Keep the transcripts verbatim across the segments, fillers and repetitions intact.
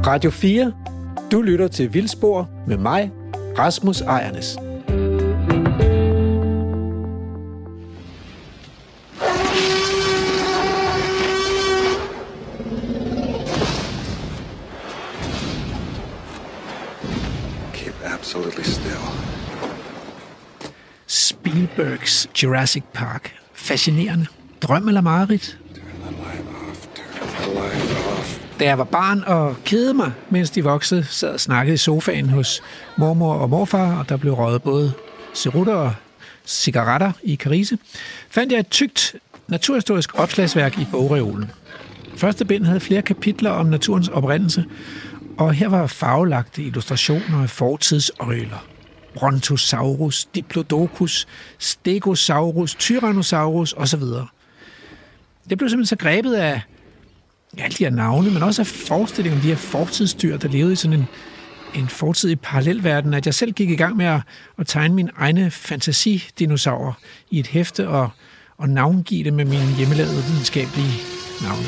Radio fire. Du lytter til Vildspor med mig, Rasmus Ejernes. Keep absolutely still. Spielbergs Jurassic Park. Fascinerende. Drøm eller mareridt? Da jeg var barn og kedede mig, mens de voksne sad og snakkede i sofaen hos mormor og morfar, og der blev røget både cerutter og cigaretter i Karise, fandt jeg et tykt naturhistorisk opslagsværk i bogreolen. Første bind havde flere kapitler om naturens oprindelse, og her var farvelagte illustrationer af fortidsøgler. Brontosaurus, Diplodocus, Stegosaurus, Tyrannosaurus osv. Det blev simpelthen så grebet af alle de her navne, men også af forestillingen om de her fortidsdyr, der levede i sådan en, en fortidig parallelverden, at jeg selv gik i gang med at, at tegne mine egne fantasidinosaurer i et hæfte og, og navngive det med mine hjemmelavede videnskabelige navne.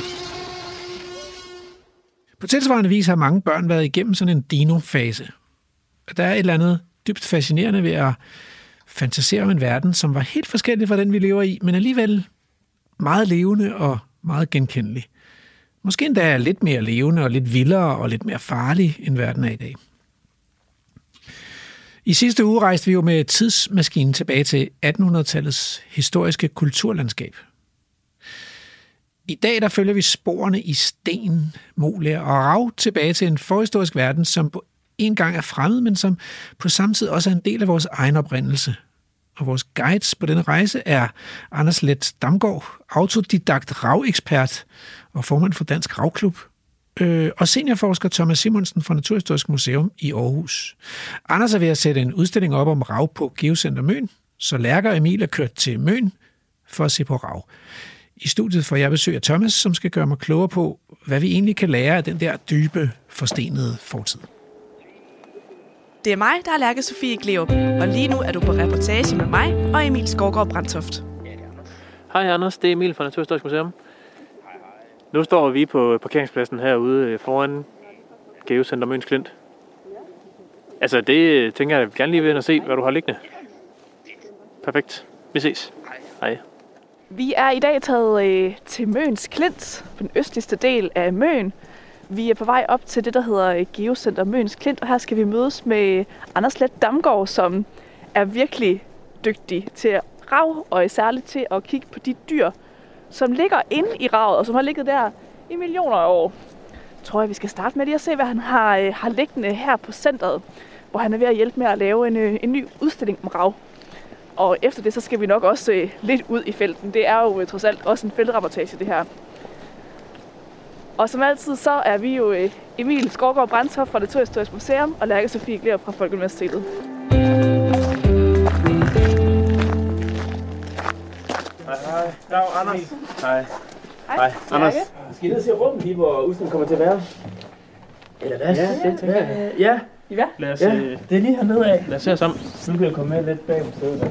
På tilsvarende vis har mange børn været igennem sådan en dino-fase. Der er et eller andet dybt fascinerende ved at fantasere om en verden, som var helt forskellig fra den, vi lever i, men alligevel meget levende og meget genkendelig. Måske endda er lidt mere levende og lidt vildere og lidt mere farlig, end verden er i dag. I sidste uge rejste vi jo med tidsmaskinen tilbage til attenhundredetallets historiske kulturlandskab. I dag der følger vi sporene i sten, moler og rav tilbage til en forhistorisk verden, som på en gang er fremmed, men som på samme tid også er en del af vores egen oprindelse. Og vores guides på denne rejse er Anders Leth Damgaard, autodidakt ravekspert og formand for Dansk Ravklub, øh, og seniorforsker Thomas Simonsen fra Naturhistorisk Museum i Aarhus. Anders er ved at sætte en udstilling op om rav på Geocenter Møn, så Lærker og Emil er kørt til Møn for at se på rav. I studiet får jeg besøg af Thomas, som skal gøre mig klogere på, hvad vi egentlig kan lære af den der dybe, forstenede fortid. Det er mig, der er Lærke Sofie Gleup, og lige nu er du på reportage med mig og Emil Skovgaard Brandtoft. Hej Anders, det er Emil fra Naturhistorisk Museum. Nu står vi på parkeringspladsen herude foran Geocenter Møns Klint. Altså det tænker jeg, jeg gerne lige vil ind og se, hvad du har liggende. Perfekt. Vi ses. Hej. Vi er i dag taget øh, til Møns Klint, på den østligste del af Møn. Vi er på vej op til det, der hedder Geocenter Møns Klint, og her skal vi mødes med Anders Leth Damgaard, som er virkelig dygtig til rav, og særligt til at kigge på de dyr, som ligger inde i ravet, og som har ligget der i millioner af år. Jeg tror jeg, vi skal starte med lige at se, hvad han har, har liggende her på centret, hvor han er ved at hjælpe med at lave en, en ny udstilling om rav. Og efter det, så skal vi nok også øh, lidt ud i felten. Det er jo øh, trods alt også en feltrapportage, det her. Og som altid, så er vi jo øh, Emil Skovgaard Brandtoft fra Naturhistorisk Museum og Lærke Sofie Gleup fra Folkeuniversitetet. Hej, hej. Dag, Anders. Hej. Hej, Hej, Anders. Lærke. Skal I ned og se rummet lige, hvor udstillingen kommer til at være? Eller hvad? Ja, det tænker jeg. Ja. Ja. Lad os, ja, det er lige hernede af. Lad os se os om. Nu kan jeg komme med lidt bag på stedet.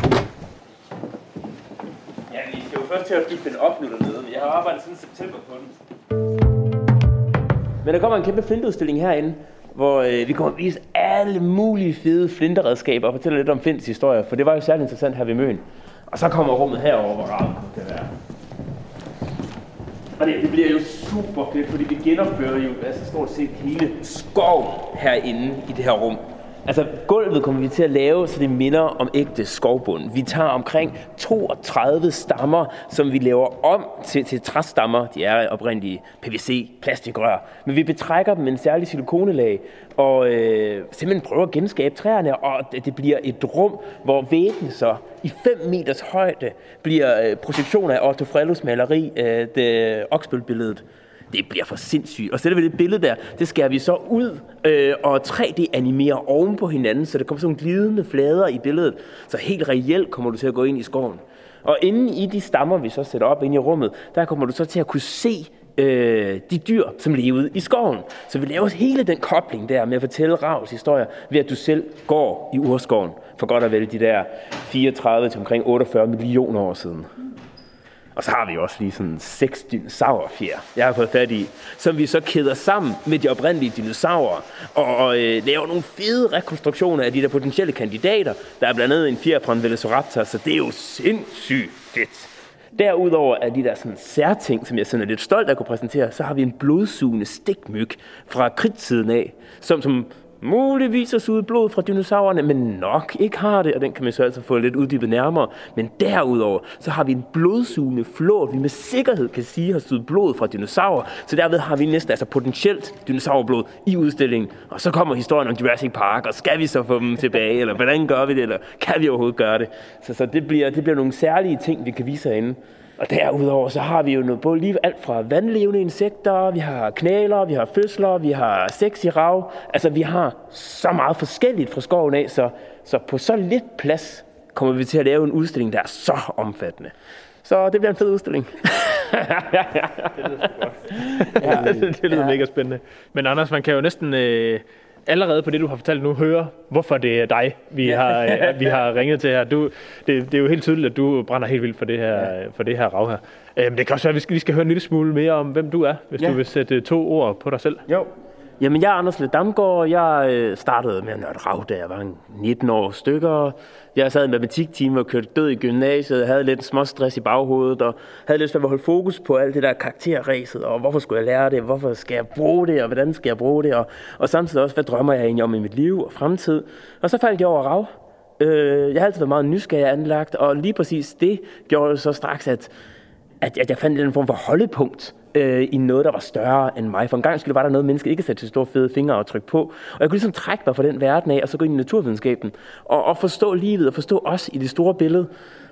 Ja, vi skal jo først til at bygge den op nu dernede. Jeg har arbejdet siden september på den. Men der kommer en kæmpe flintudstilling herinde, hvor øh, vi kommer at vise alle mulige fede flinteredskaber og fortælle lidt om Flints historie, for det var jo særligt interessant her ved Møn. Og så kommer rummet herover, hvor raven kan være. Og det, det bliver jo super fedt, fordi vi genopfører jo altså stort set hele skoven herinde i det her rum. Altså gulvet kommer vi til at lave, så det minder om ægte skovbund. Vi tager omkring toogtredive stammer, som vi laver om til, til træstammer. De er oprindelige P V C, plastikrør. Men vi betrækker dem med en særlig silikonelag og øh, simpelthen prøver at genskabe træerne. Og det, det bliver et rum, hvor væggen så i fem meters højde bliver øh, projektioner af Otto Frellus maleri, øh, det Oksbøl-billedet. Det bliver for sindssygt. Og sætter vi det billede der, det skærer vi så ud øh, og tre D-animerer oven på hinanden, så der kommer sådan nogle glidende flader i billedet. Så helt reelt kommer du til at gå ind i skoven. Og inde i de stammer, vi så sætter op inde i rummet, der kommer du så til at kunne se øh, de dyr, som levede i skoven. Så vi laver hele den kobling der med at fortælle ravs historier, ved at du selv går i urskoven for godt at vel de der fireogtredive til omkring otteogfyrre millioner år siden. Og så har vi også lige sådan seks dinosaurfjer, jeg har fået fat i, som vi så kæder sammen med de oprindelige dinosaurer, og, og øh, laver nogle fede rekonstruktioner af de der potentielle kandidater. Der er blandt andet en fjer fra en Velociraptor, så det er jo sindssygt fedt. Derudover er de der sådan særting, som jeg sådan er lidt stolt af at kunne præsentere, så har vi en blodsugende stikmyg fra kridtsiden af, som, som muligvis har suget blod fra dinosaurerne, men nok ikke har det, og den kan man så altså få lidt uddybet nærmere. Men derudover, så har vi en blodsugende flåt, vi med sikkerhed kan sige har suget blod fra dinosaurer, så derved har vi næsten altså potentielt dinosaurblod i udstillingen. Og så kommer historien om Jurassic Park, og skal vi så få dem tilbage, eller hvordan gør vi det, eller kan vi overhovedet gøre det? Så, så det, bliver, det bliver nogle særlige ting, vi kan vise herinde. Og derudover så har vi jo noget, både lige alt fra vandlevende insekter, vi har knæler, vi har fødsler, vi har sexy rav. Altså vi har så meget forskelligt fra skoven af, så, så på så lidt plads kommer vi til at lave en udstilling, der er så omfattende. Så det bliver en fed udstilling. Det lyder godt. Ja, det lyder ja. mega spændende. Men Anders, man kan jo næsten... Øh allerede på det, du har fortalt nu, høre, hvorfor det er dig, vi har, vi har ringet til her. Du, det, det er jo helt tydeligt, at du brænder helt vildt for det her, for det her rav her. Men det kan også være, at vi skal, vi skal høre en lille smule mere om, hvem du er, hvis ja. du vil sætte to ord på dig selv. Jo. Jamen, jeg er Anders Leth Damgaard. Jeg startede med at nørde rav, da jeg var nitten år stykker. Jeg sad i en matematiktime og kørte død i gymnasiet, havde lidt småstress i baghovedet, og havde lyst til at holde fokus på alt det der karakterræset, og hvorfor skulle jeg lære det, hvorfor skal jeg bruge det, og hvordan skal jeg bruge det, og, og samtidig også, hvad drømmer jeg egentlig om i mit liv og fremtid. Og så faldt jeg over rav. Øh, jeg har altid været meget nysgerrig anlagt, og lige præcis det gjorde så straks, at, at, at jeg fandt en form for holdepunkt øh, i noget, der var større end mig. For en gang skulle det var der noget, mennesket ikke satte til store fede fingeraftryk på. Og jeg kunne ligesom trække mig fra den verden af, og så gå ind i naturvidenskaben. Og, og forstå livet, og forstå os i det store billede.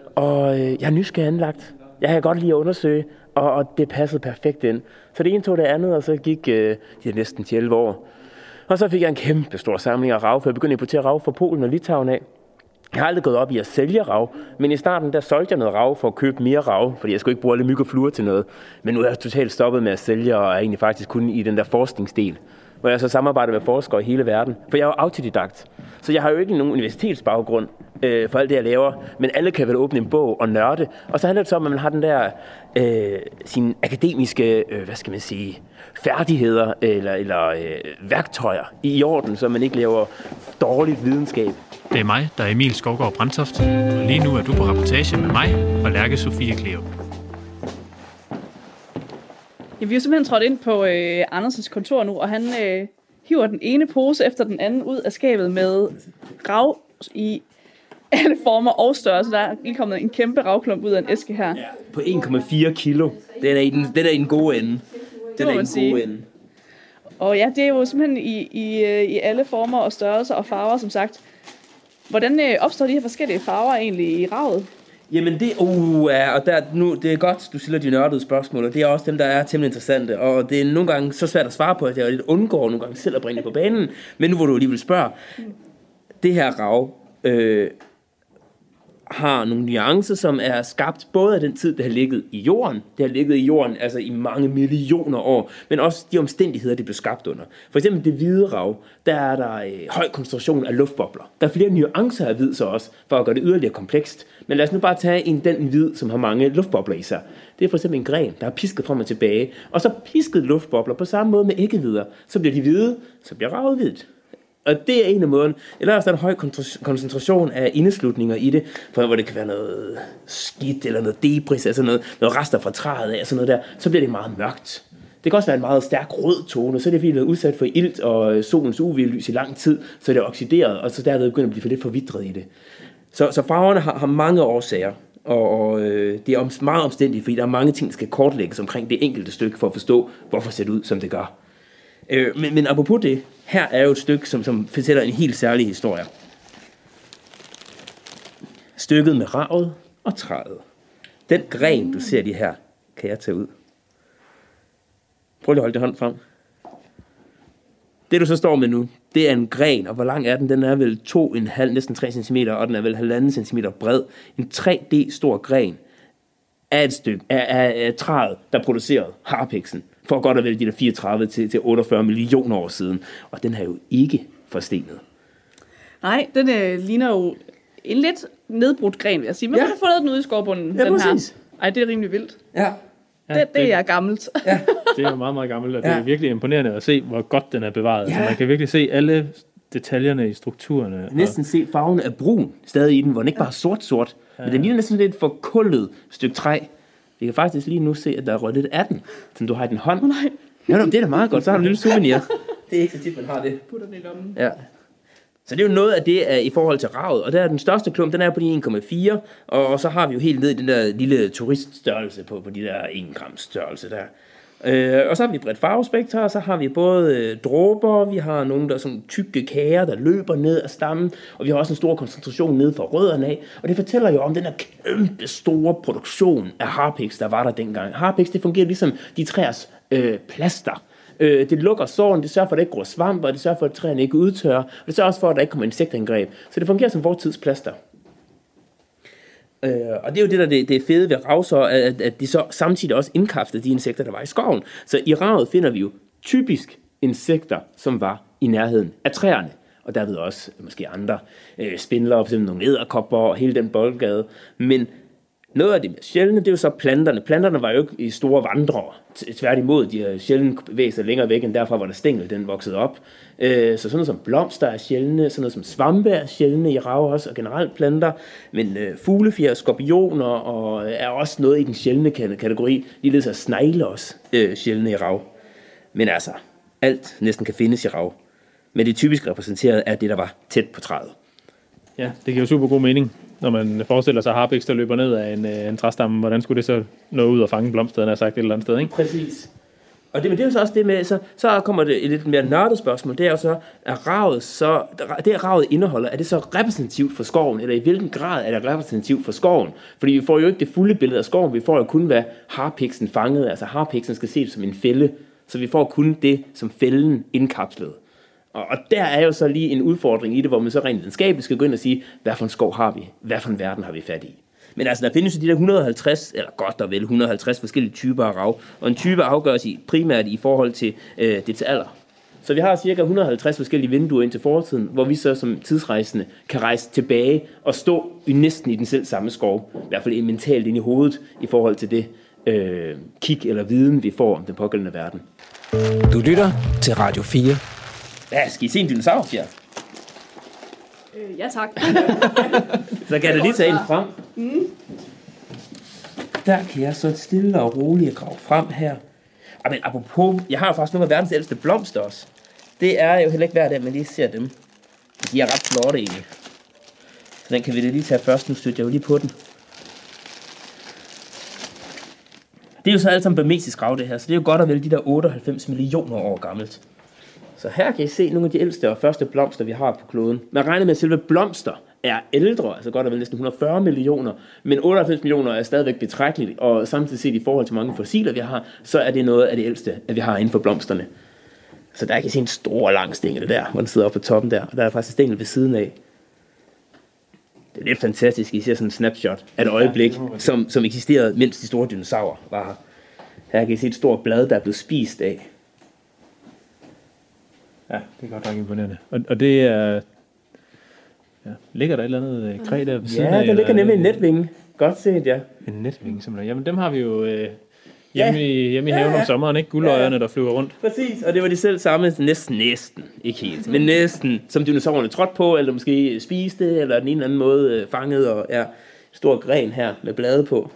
Og øh, jeg er nysgerrig anlagt. Jeg kan godt lide at undersøge, og, og det passede perfekt ind. Så det ene tog det andet, og så gik øh, de næsten til elleve år. Og så fik jeg en kæmpe stor samling af rav, for jeg begyndte at importere rav fra Polen og Litauen af. Jeg har aldrig gået op i at sælge rav, men i starten der solgte jeg noget rav for at købe mere rav, fordi jeg skulle ikke bruge alle myg og fluer til noget. Men nu er jeg totalt stoppet med at sælge, og er egentlig faktisk kun i den der forskningsdel, hvor jeg så samarbejder med forskere i hele verden. For jeg er jo autodidakt, så jeg har jo ikke nogen universitetsbaggrund øh, for alt det, jeg laver, men alle kan vel åbne en bog og nørde. Og så handler det så om, at man har den der, øh, sine akademiske, øh, hvad skal man sige, færdigheder eller, eller øh, værktøjer i orden, så man ikke laver dårligt videnskab. Det er mig, der er Emil Skovgaard Brandtoft, og lige nu er du på reportage med mig og Lærke Sofie Kleop. Ja, vi er simpelthen trådt ind på øh, Anders' kontor nu, og han øh, hiver den ene pose efter den anden ud af skabet med rav i alle former og størrelser. Der er lige kommet en kæmpe ravklump ud af en æske her. Ja, på en komma fire kilo. Den er i den, den er i den gode ende. Den det må er man sige. gode ende. Og ja, det er jo simpelthen i, i, i alle former og størrelser og farver, som sagt. Hvordan øh, opstår de her forskellige farver egentlig i ravet? Jamen det, uh, ja, og der, nu, det er godt, du stiller de nørdede spørgsmål, og det er også dem, der er temmelig interessante, og det er nogle gange så svært at svare på, at jeg lidt undgår nogle gange selv at bringe det på banen, men nu hvor du alligevel spørger, mm. det her rav øh, har nogle nuancer, som er skabt både af den tid, det har ligget i jorden, det har ligget i jorden altså i mange millioner år, men også de omstændigheder, det blev skabt under. For eksempel det hvide rav, der er der øh, høj koncentration af luftbobler. Der er flere nuancer af hvid så også, for at gøre det yderligere komplekst. Men lad os nu bare tage en den hvid, som har mange luftbobler i sig. Det er for eksempel en gren, der er pisket frem og tilbage, og så pisket luftbobler på samme måde med æggevidder. Så bliver de hvide, så bliver ravet hvidt. Og det er en af måden. Eller også er der en høj koncentration af indeslutninger i det, for hvor det kan være noget skidt eller noget debris, altså noget, noget rester fra træet af, sådan noget der, så bliver det meget mørkt. Det kan også være en meget stærk rød tone, så er det fordi, det er udsat for ilt og solens U V-lys i lang tid, så er det oxideret, og så derved begynder at blive for lidt forvitret i det. Så, så farverne har, har mange årsager, og, og øh, det er meget omstændigt, fordi der er mange ting, der skal kortlægges omkring det enkelte stykke, for at forstå, hvorfor det ser ud, som det gør. Øh, men, men apropos det, her er jo et stykke, som, som fortæller en helt særlig historie. Stykket med ravet og træet. Den gren, du ser lige her, kan jeg tage ud. Prøv lige at holde din hånd frem. Det, du så står med nu, det er en gren, og hvor lang er den? Den er vel to komma fem, næsten tre centimeter, og den er vel halvanden centimeter bred. En tre D stor gren af et stykke af, af, af træet, der producerede harpiksen. For godt at vælge de der fireogtredive til otteogfyrre millioner år siden. Og den er jo ikke forstenet. Nej, den øh, ligner jo en lidt nedbrudt gren, vil jeg sige. Men ja. Man har fundet den ude i skovbunden, ja, den præcis. Ej, det er rimelig vildt. Ja. Ja, det, det er gammelt. Ja. Det er meget, meget gammelt, og det Ja. er virkelig imponerende at se, hvor godt den er bevaret. Ja. Så man kan virkelig se alle detaljerne i strukturerne. Næsten se farven af brun stadig i den, hvor den ikke bare er sort-sort, ja. men den ligner næsten lidt for kullet stykke træ. Vi kan faktisk lige nu se, at der er rødt lidt af den, som du har i din hånd. Oh, nej. Ja, det er da meget godt, så har du en lille souvenir. Det er ikke så tit, man har det. Putter den i lommen. Ja. Så det er jo noget af det uh, i forhold til ravet, og der er den største klump, den er på de en komma fire, og, og så har vi jo helt ned i den der lille turiststørrelse på, på de der en gram størrelse der. Uh, og så har vi bredt farvespektrum, og så har vi både uh, dråber, vi har nogle der er sådan tykke kager, der løber ned af stammen, og vi har også en stor koncentration ned fra rødderne af, og det fortæller jo om den der kæmpe store produktion af harpiks, der var der dengang. Harpiks, det fungerer ligesom de træers øh, plaster. Øh, det lukker såren, det sørger for, at der ikke gror svamp, og det sørger for, at træerne ikke udtørrer, og det sørger også for, at der ikke kommer insektangreb. Så det fungerer som vores tids plaster. Øh, og det er jo det, der det, det er fede ved rav, så at, at de så samtidig også indkapslede de insekter, der var i skoven. Så i ravet finder vi jo typisk insekter, som var i nærheden af træerne. Og derved også måske andre øh, spindler, for eksempel nogle edderkopper og hele den boldgade. Men noget af det mere sjældne, det er jo så planterne. Planterne var jo ikke i store vandrere. Tværtimod, de har sjældent bevæget sig længere væk, end derfra, hvor der stængel, den voksede op. Så sådan noget som blomster er sjældne, sådan noget som svampe er sjældne i rav også, og generelt planter. Men fuglefjer, skorpioner og er også noget i den sjældne kategori. Ligeledes er snegle også øh, sjældne i rav. Men altså, alt næsten kan findes i rav. Men det typisk repræsenteret er det, der var tæt på træet. Ja, det giver jo super god mening. Når man forestiller sig harpiks, der løber ned af en, en træstamme, hvordan skulle det så nå ud og fange blomsterne, er sagt et eller andet sted, ikke? Præcis. Og det, men det er jo så også det med, så, så kommer det et lidt mere nørdet spørgsmål, det er jo så, er ravet så, det ravet indeholder, er det så repræsentativt for skoven, eller i hvilken grad er det repræsentativt for skoven? Fordi vi får jo ikke det fulde billede af skoven, vi får jo kun, hvad harpiksen fangede, altså harpiksen skal ses som en fælde, så vi får kun det, som fælden indkapslede. Og der er jo så lige en udfordring i det, hvor man så rent videnskabeligt skal gå ind og sige, hvad for en skov har vi? Hvad for en verden har vi fat i? Men altså, der findes jo de der et hundrede og halvtreds, eller godt og vel et hundrede og halvtreds forskellige typer af rav. Og en type afgøres i, primært i forhold til øh, dets alder. Så vi har cirka et hundrede og halvtreds forskellige vinduer ind til fortiden, hvor vi så som tidsrejsende kan rejse tilbage og stå i næsten i den selv samme skov. I hvert fald mentalt ind i hovedet i forhold til det øh, kig eller viden, vi får om den pågældende verden. Du lytter til Radio fire. Ja, skal I se en dinosaurfjer? Øh, ja, tak. Så kan jeg da lige tage en frem. Mm. Der kan jeg så stille og roligt grave frem her. Og men apropos, jeg har jo faktisk nogle af verdens ældste blomster også. Det er jo heller ikke hver dag, man lige ser dem. De er ret flotte egentlig. Så den kan vi da lige tage først. Nu støtter jeg jo lige på den. Det er jo så alt sammen burmesisk rav, det her. Så det er jo godt at vælge de der otteoghalvfems millioner år gammelt. Så her kan I se nogle af de ældste og første blomster, vi har på kloden. Man regner med, at selve blomster er ældre, altså godt og vel næsten et hundrede og fyrre millioner, men otteoghalvfems millioner er stadigvæk betragteligt, og samtidig set i forhold til mange fossiler, vi har, så er det noget af det ældste, at vi har inden for blomsterne. Så der kan I se en stor lang stængel der, hvor den sidder oppe på toppen der, og der er faktisk en stængel ved siden af. Det er lidt fantastisk, I ser sådan en snapshot af et øjeblik, som, som eksisterede, mens de store dinosaurer var her. Her kan I se et stort blad, der er blevet spist af. Ja, det er godt nok imponerende. Og, og det er... Ja, ligger der et eller andet kræ der ved siden Ja, af? der ligger nemlig en netvinge. Godt set, ja. En netvinge, simpelthen. Jamen, dem har vi jo øh, hjemme, ja. i, hjemme i haven ja, ja. om sommeren, ikke? Guldøjerne, ja. der flyver rundt. Præcis, og det var de selv samme, næsten, næsten, ikke helt, men næsten, som dinosaurerne trådte på, eller måske spiste, eller den ene eller anden måde øh, fanget, og ja, stor gren her med blade på.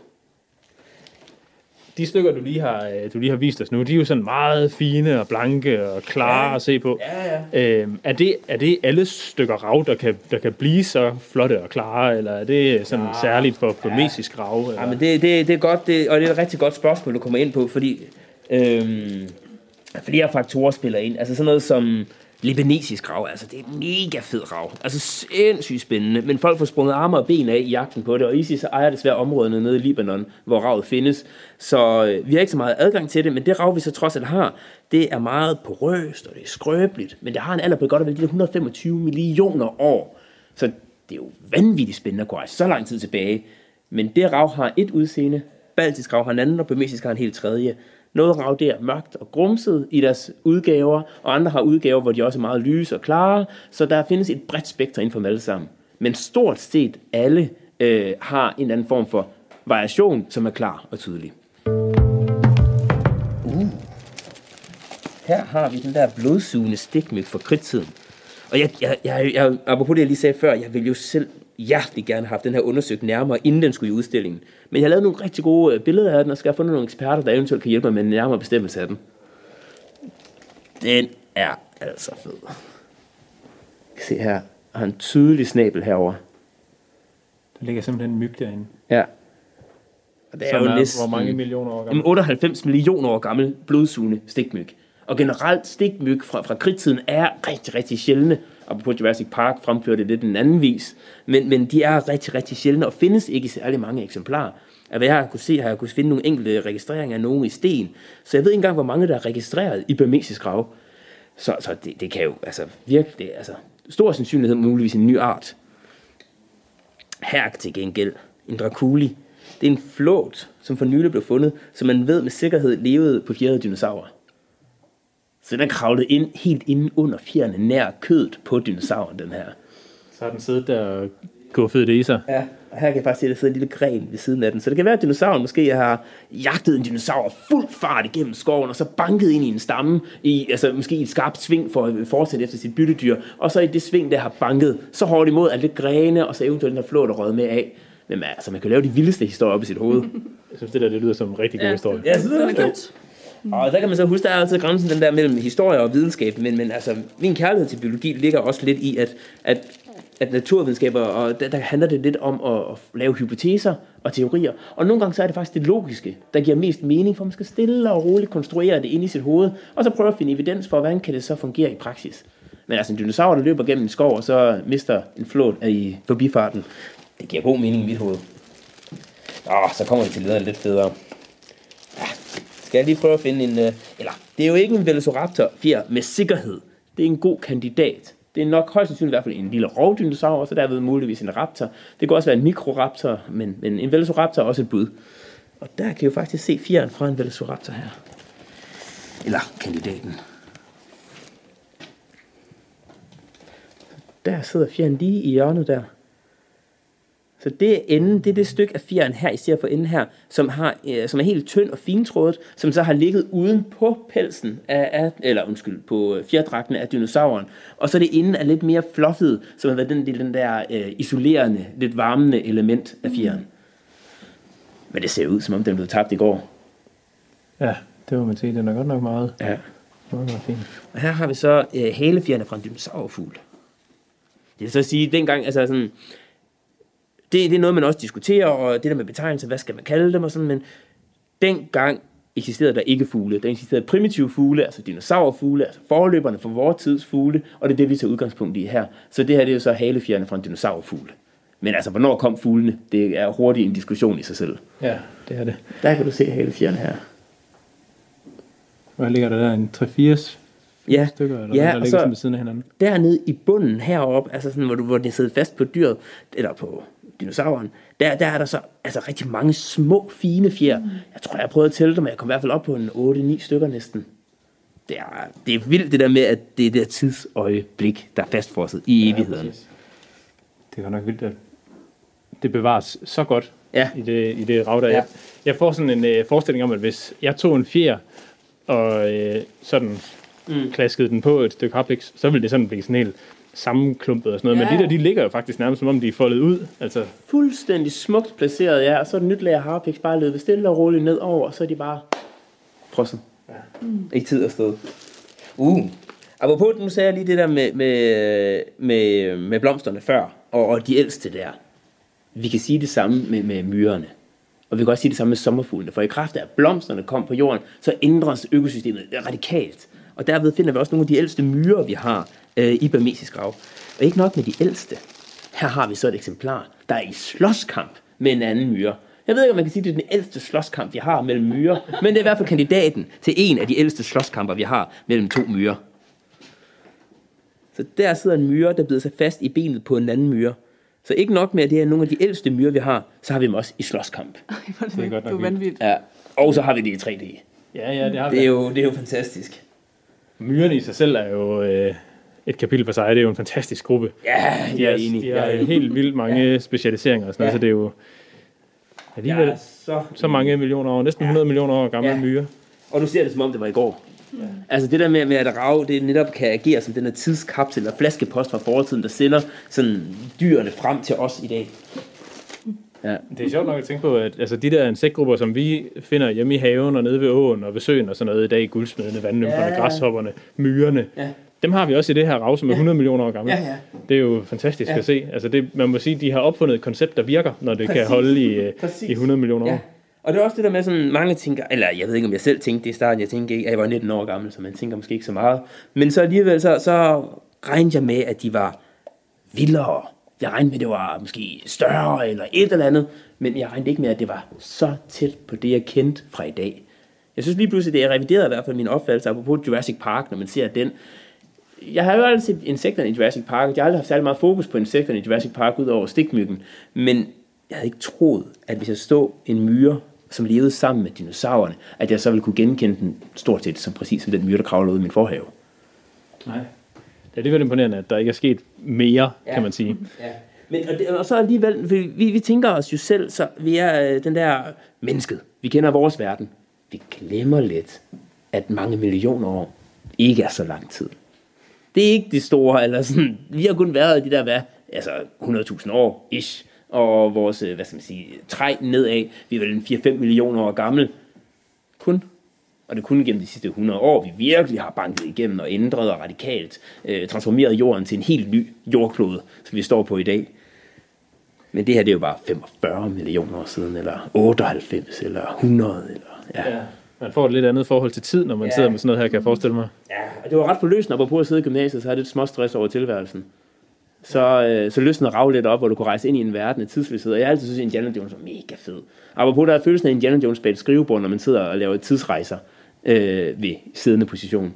De stykker, du lige, har, du lige har vist os nu, de er jo sådan meget fine og blanke og klare ja. at se på. Ja, ja. Øhm, er, det, er det alle stykker rav, der kan, der kan blive så flotte og klare, eller er det sådan ja. særligt for burmesisk rav? Eller? Ja, men det, det, det er godt, det, og det er et rigtig godt spørgsmål, du kommer ind på, fordi øhm, flere faktorer spiller ind. Altså sådan noget som libanesisk rav, altså det er mega fed rav, altså sindssygt spændende, men folk får sprunget arme og ben af i jagten på det, og ISIS ejer desværre områderne nede i Libanon, hvor ravet findes, så øh, vi har ikke så meget adgang til det, men det rav, vi så trods alt har, det er meget porøst, og det er skrøbeligt, men det har en alder på godt og vel de et hundrede og femogtyve millioner år, så det er jo vanvittigt spændende at gå så lang tid tilbage, men det rav har et udseende, baltisk rav har en anden, og burmesisk har en helt tredje. Noget rav der er mørkt og grumset i deres udgaver, og andre har udgaver, hvor de også er meget lyse og klare, så der findes et bredt spektrum inden for dem alle sammen. Men stort set alle øh, har en eller anden form for variation, som er klar og tydelig. Uh. Her har vi den der blodsugende stikmyg fra kridttiden. Og jeg, jeg, jeg, jeg, apropos det, jeg lige sagde før, jeg ville jo selv hjertelig gerne have haft den her undersøgt nærmere, inden den skulle i udstillingen. Men jeg har lavet nogle rigtig gode billeder af den, og skal have fundet nogle eksperter, der eventuelt kan hjælpe mig med en nærmere bestemmelse af den. Den er altså fed. Se her, har en tydelig snabel herover. Der ligger simpelthen en myg derinde. Ja. Og det er Som jo er, næsten... hvor mange millioner år gammel? otteoghalvfems millioner år gammel blodsugende stikmyg. Og generelt stikmyg fra, fra kridttiden er rigtig, rigtig sjældne. Og på Jurassic Park fremfører det lidt en anden vis. Men, men de er rigtig, rigtig sjældne og findes ikke i særlig mange eksemplarer. Af hvad jeg har kunne se, har jeg kunne finde nogle enkelte registreringer af nogle i sten. Så jeg ved ikke engang, hvor mange der er registreret i burmesisk grav. Så, så det, det kan jo altså virkelig, altså stor sandsynlighed muligvis en ny art. Her til gengæld, en draculi. Det er en flåt, som for nylig blev fundet, som man ved med sikkerhed levede på fjerde dinosaurer. Så den er kravlet ind helt inde under fjerne, nær kødet på dinosauren, den her. Så har den siddet der og guffet det i sig. Ja, og her kan jeg faktisk se, at der sidder en lille gren ved siden af den. Så det kan være, at dinosauren måske har jagtet en dinosaur fuld fart igennem skoven, og så banket ind i en stamme, i, altså måske i et skarpt sving for at fortsætte efter sit byttedyr. Og så i det sving, der har banket så hårdt imod alt det grene, og så eventuelt den her flå, der røget med af. Men altså, man kan lave de vildeste historier op i sit hoved. Jeg synes, det der det lyder som en rigtig god Ja, historie. Ja, så det er godt. Og der kan man så huske, der er altid grænsen den der mellem historie og videnskab, men, men altså, min kærlighed til biologi ligger også lidt i, at, at, at naturvidenskaber, og der, der handler det lidt om at, at lave hypoteser og teorier, og nogle gange så er det faktisk det logiske, der giver mest mening, for man skal stille og roligt konstruere det ind i sit hoved, og så prøve at finde evidens for, hvordan kan det så fungere i praksis. Men altså en dinosaur, der løber gennem en skov, og så mister en flåt i forbifarten, det giver god mening i mit hoved. Åh, så kommer vi til lederen lidt federe. Skal jeg lige prøve at finde en... Uh, eller, det er jo ikke en Velociraptor fjer med sikkerhed. Det er en god kandidat. Det er nok højst sandsynligt i hvert fald en lille rovdinosaur, så derved muligvis en raptor. Det kan også være en mikroraptor, men, men en Velociraptor er også et bud. Og der kan jeg jo faktisk se fjeren fra en Velociraptor her. Eller kandidaten. Der sidder fjeren lige i hjørnet der. Så det er enden, det er det stykke af fjeren her, I ser for enden her, som, har, øh, som er helt tynd og fintrådet, som så har ligget uden på pelsen af, af eller undskyld, på fjerdragten af dinosauren. Og så det enden er lidt mere fluffet, som har været den, den der øh, isolerende, lidt varmende element af fjeren. Men det ser ud, som om den blev tabt i går. Ja, det må man se. Den er godt nok meget. Ja. Meget, meget fint. Og her har vi så øh, halefjerne fra en dinosaurfugl. Det vil så sige, dengang, altså sådan... Det, det er noget, man også diskuterer, og det der med betegnelser, hvad skal man kalde dem og sådan, men dengang eksisterede der ikke fugle. Der eksisterede primitive fugle, altså dinosaurfugle, altså forløberne for vores tids fugle, og det er det, vi tager udgangspunkt i her. Så det her, det er jo så halefjerne fra en dinosaurfugl. Men altså, hvornår kom fuglene? Det er hurtigt en diskussion i sig selv. Ja, det er det. Der kan du se halefjerne her. Hvor ligger der der en tre fire Ja, stykker, eller ja, der og ligger så sådan ved siden af hinanden? Dernede i bunden heroppe, altså sådan, hvor, du, hvor det sidder fast på dyret, eller på dinosauren, der, der er der så altså rigtig mange små, fine fjer. Mm. Jeg tror, jeg har prøvet at tælle dem, og jeg kom i hvert fald op på en otte ni stykker næsten. Det er, det er vildt det der med, at det er det tidsøjeblik, der er fastfrosset i evigheden. Ja, det er nok vildt, at det bevares så godt ja. i det, i det rav der. Ja. Jeg, jeg får sådan en øh, forestilling om, at hvis jeg tog en fjer, og øh, sådan mm. klaskede den på et stykke harpiks, så ville det sådan blive sådan helt sammenklumpet og sådan noget. Ja. Men de der, de ligger jo faktisk nærmest, som om de er foldet ud. Altså. Fuldstændig smukt placeret, ja. Og så er det nyt lager harpiks bare løbet stille og roligt ned over, og så er de bare frosset. Ja. Mm. I tid og sted. Uh. Apropos, nu sagde jeg lige det der med, med, med, med blomsterne før, og, og de ældste der. Vi kan sige det samme med, med myrerne. Og vi kan også sige det samme med sommerfuglene. For i kraft af, at blomsterne kom på jorden, så ændres økosystemet radikalt. Og derved finder vi også nogle af de ældste myrer, vi har øh, i burmesisk grav. Og ikke nok med de ældste. Her har vi så et eksemplar, der er i slåskamp med en anden myre. Jeg ved ikke, om man kan sige, at det er den ældste slåskamp, vi har mellem myrer. Men det er i hvert fald kandidaten til en af de ældste slåskamper, vi har mellem to myrer. Så der sidder en myre, der bider sig fast i benet på en anden myre. Så ikke nok med, at det er nogle af de ældste myrer, vi har, så har vi dem også i slåskamp. Ej, hvor er det, Det er godt nok du er vanvittigt. Ja. Og så har vi det i tre D. Ja, ja, det har vi. Det er jo, det er jo fantastisk. Myrerne i sig selv er jo øh, et kapitel for sig. Det er jo en fantastisk gruppe. Ja, jeg er enig. De Jeg har er enig. helt vildt mange ja. specialiseringer og sådan noget, Ja. så det er jo... Alligevel Ja, så... så mange millioner år, næsten hundrede millioner år gamle Ja. myrer. Og nu ser det, som om det var i går. Ja. Altså det der med, med at rav, det netop kan agere som den her tidskapsel eller flaskepost fra fortiden, der sender sådan dyrene frem til os i dag. Ja. Det er sjovt nok at tænke på, at altså, de der insektgrupper, som vi finder hjemme i haven og nede ved åen og ved søen og sådan noget i dag, guldsmedene, vandnymferne, Ja. græshopperne, myrerne, ja. Dem har vi også i det her rav, som er hundrede millioner år gammel. Ja, ja. Det er jo fantastisk ja. at se. Altså det, man må sige, de har opfundet et koncept, der virker, når det Præcis. kan holde i, i hundrede millioner år. Ja. Og det er også det der med sådan, mange tænker, eller jeg ved ikke, om jeg selv tænkte det i starten, jeg tænkte ikke, at jeg var nitten år gammel, så man tænker måske ikke så meget. Men så alligevel, så, så regnede jeg med, at de var vildere. Jeg regnede med, at det var måske større eller et eller andet, men jeg regnede ikke med, at det var så tæt på det, jeg kendte fra i dag. Jeg synes lige pludselig, det er revideret i hvert fald min opfattelse, apropos Jurassic Park, når man ser den. Jeg har jo aldrig set insekterne i Jurassic Park. Jeg har aldrig haft særlig meget fokus på insekterne i Jurassic Park, ud over stikmyggen. Men jeg havde ikke troet, at hvis jeg stod en myre, som levede sammen med dinosaurerne, at jeg så ville kunne genkende den stort set som præcis som den myre, der kravler ud i min forhave. Nej. Det er alligevel imponerende, at der ikke er sket mere, ja. kan man sige. Ja. Men, og, det, og så alligevel, vi, vi, vi tænker os jo selv, så vi er øh, den der mennesket. Vi kender vores verden. Vi glemmer lidt, at mange millioner år ikke er så lang tid. Det er ikke det store, eller sådan, vi har kun været de der, hvad, altså hundrede tusind år, ish, og vores, hvad skal man sige, træ nedad, vi er vel en fire til fem millioner år gammel, kun, og det kun gennem de sidste hundrede år, vi virkelig har banket igennem og ændret og radikalt øh, transformeret jorden til en helt ny jordklode, som vi står på i dag. Men det her, det er jo bare femogfyrre millioner år siden, eller otteoghalvfems, eller hundrede, eller, ja. ja. Man får et lidt andet forhold til tid, når man ja. sidder med sådan noget her, kan jeg forestille mig. Ja, og det var ret forløsende, at på at sidde i gymnasiet, så havde det et små stress over tilværelsen. Så, øh, så løsnede rav lidt op, hvor du kunne rejse ind i en verden af tidsløshed. Og jeg har altid synes, at Indiana Jones var mega fed. Apropos, der er følelsen af Indiana Jones bag et skrivebord, når man sidder og laver tidsrejser øh, ved siddende position.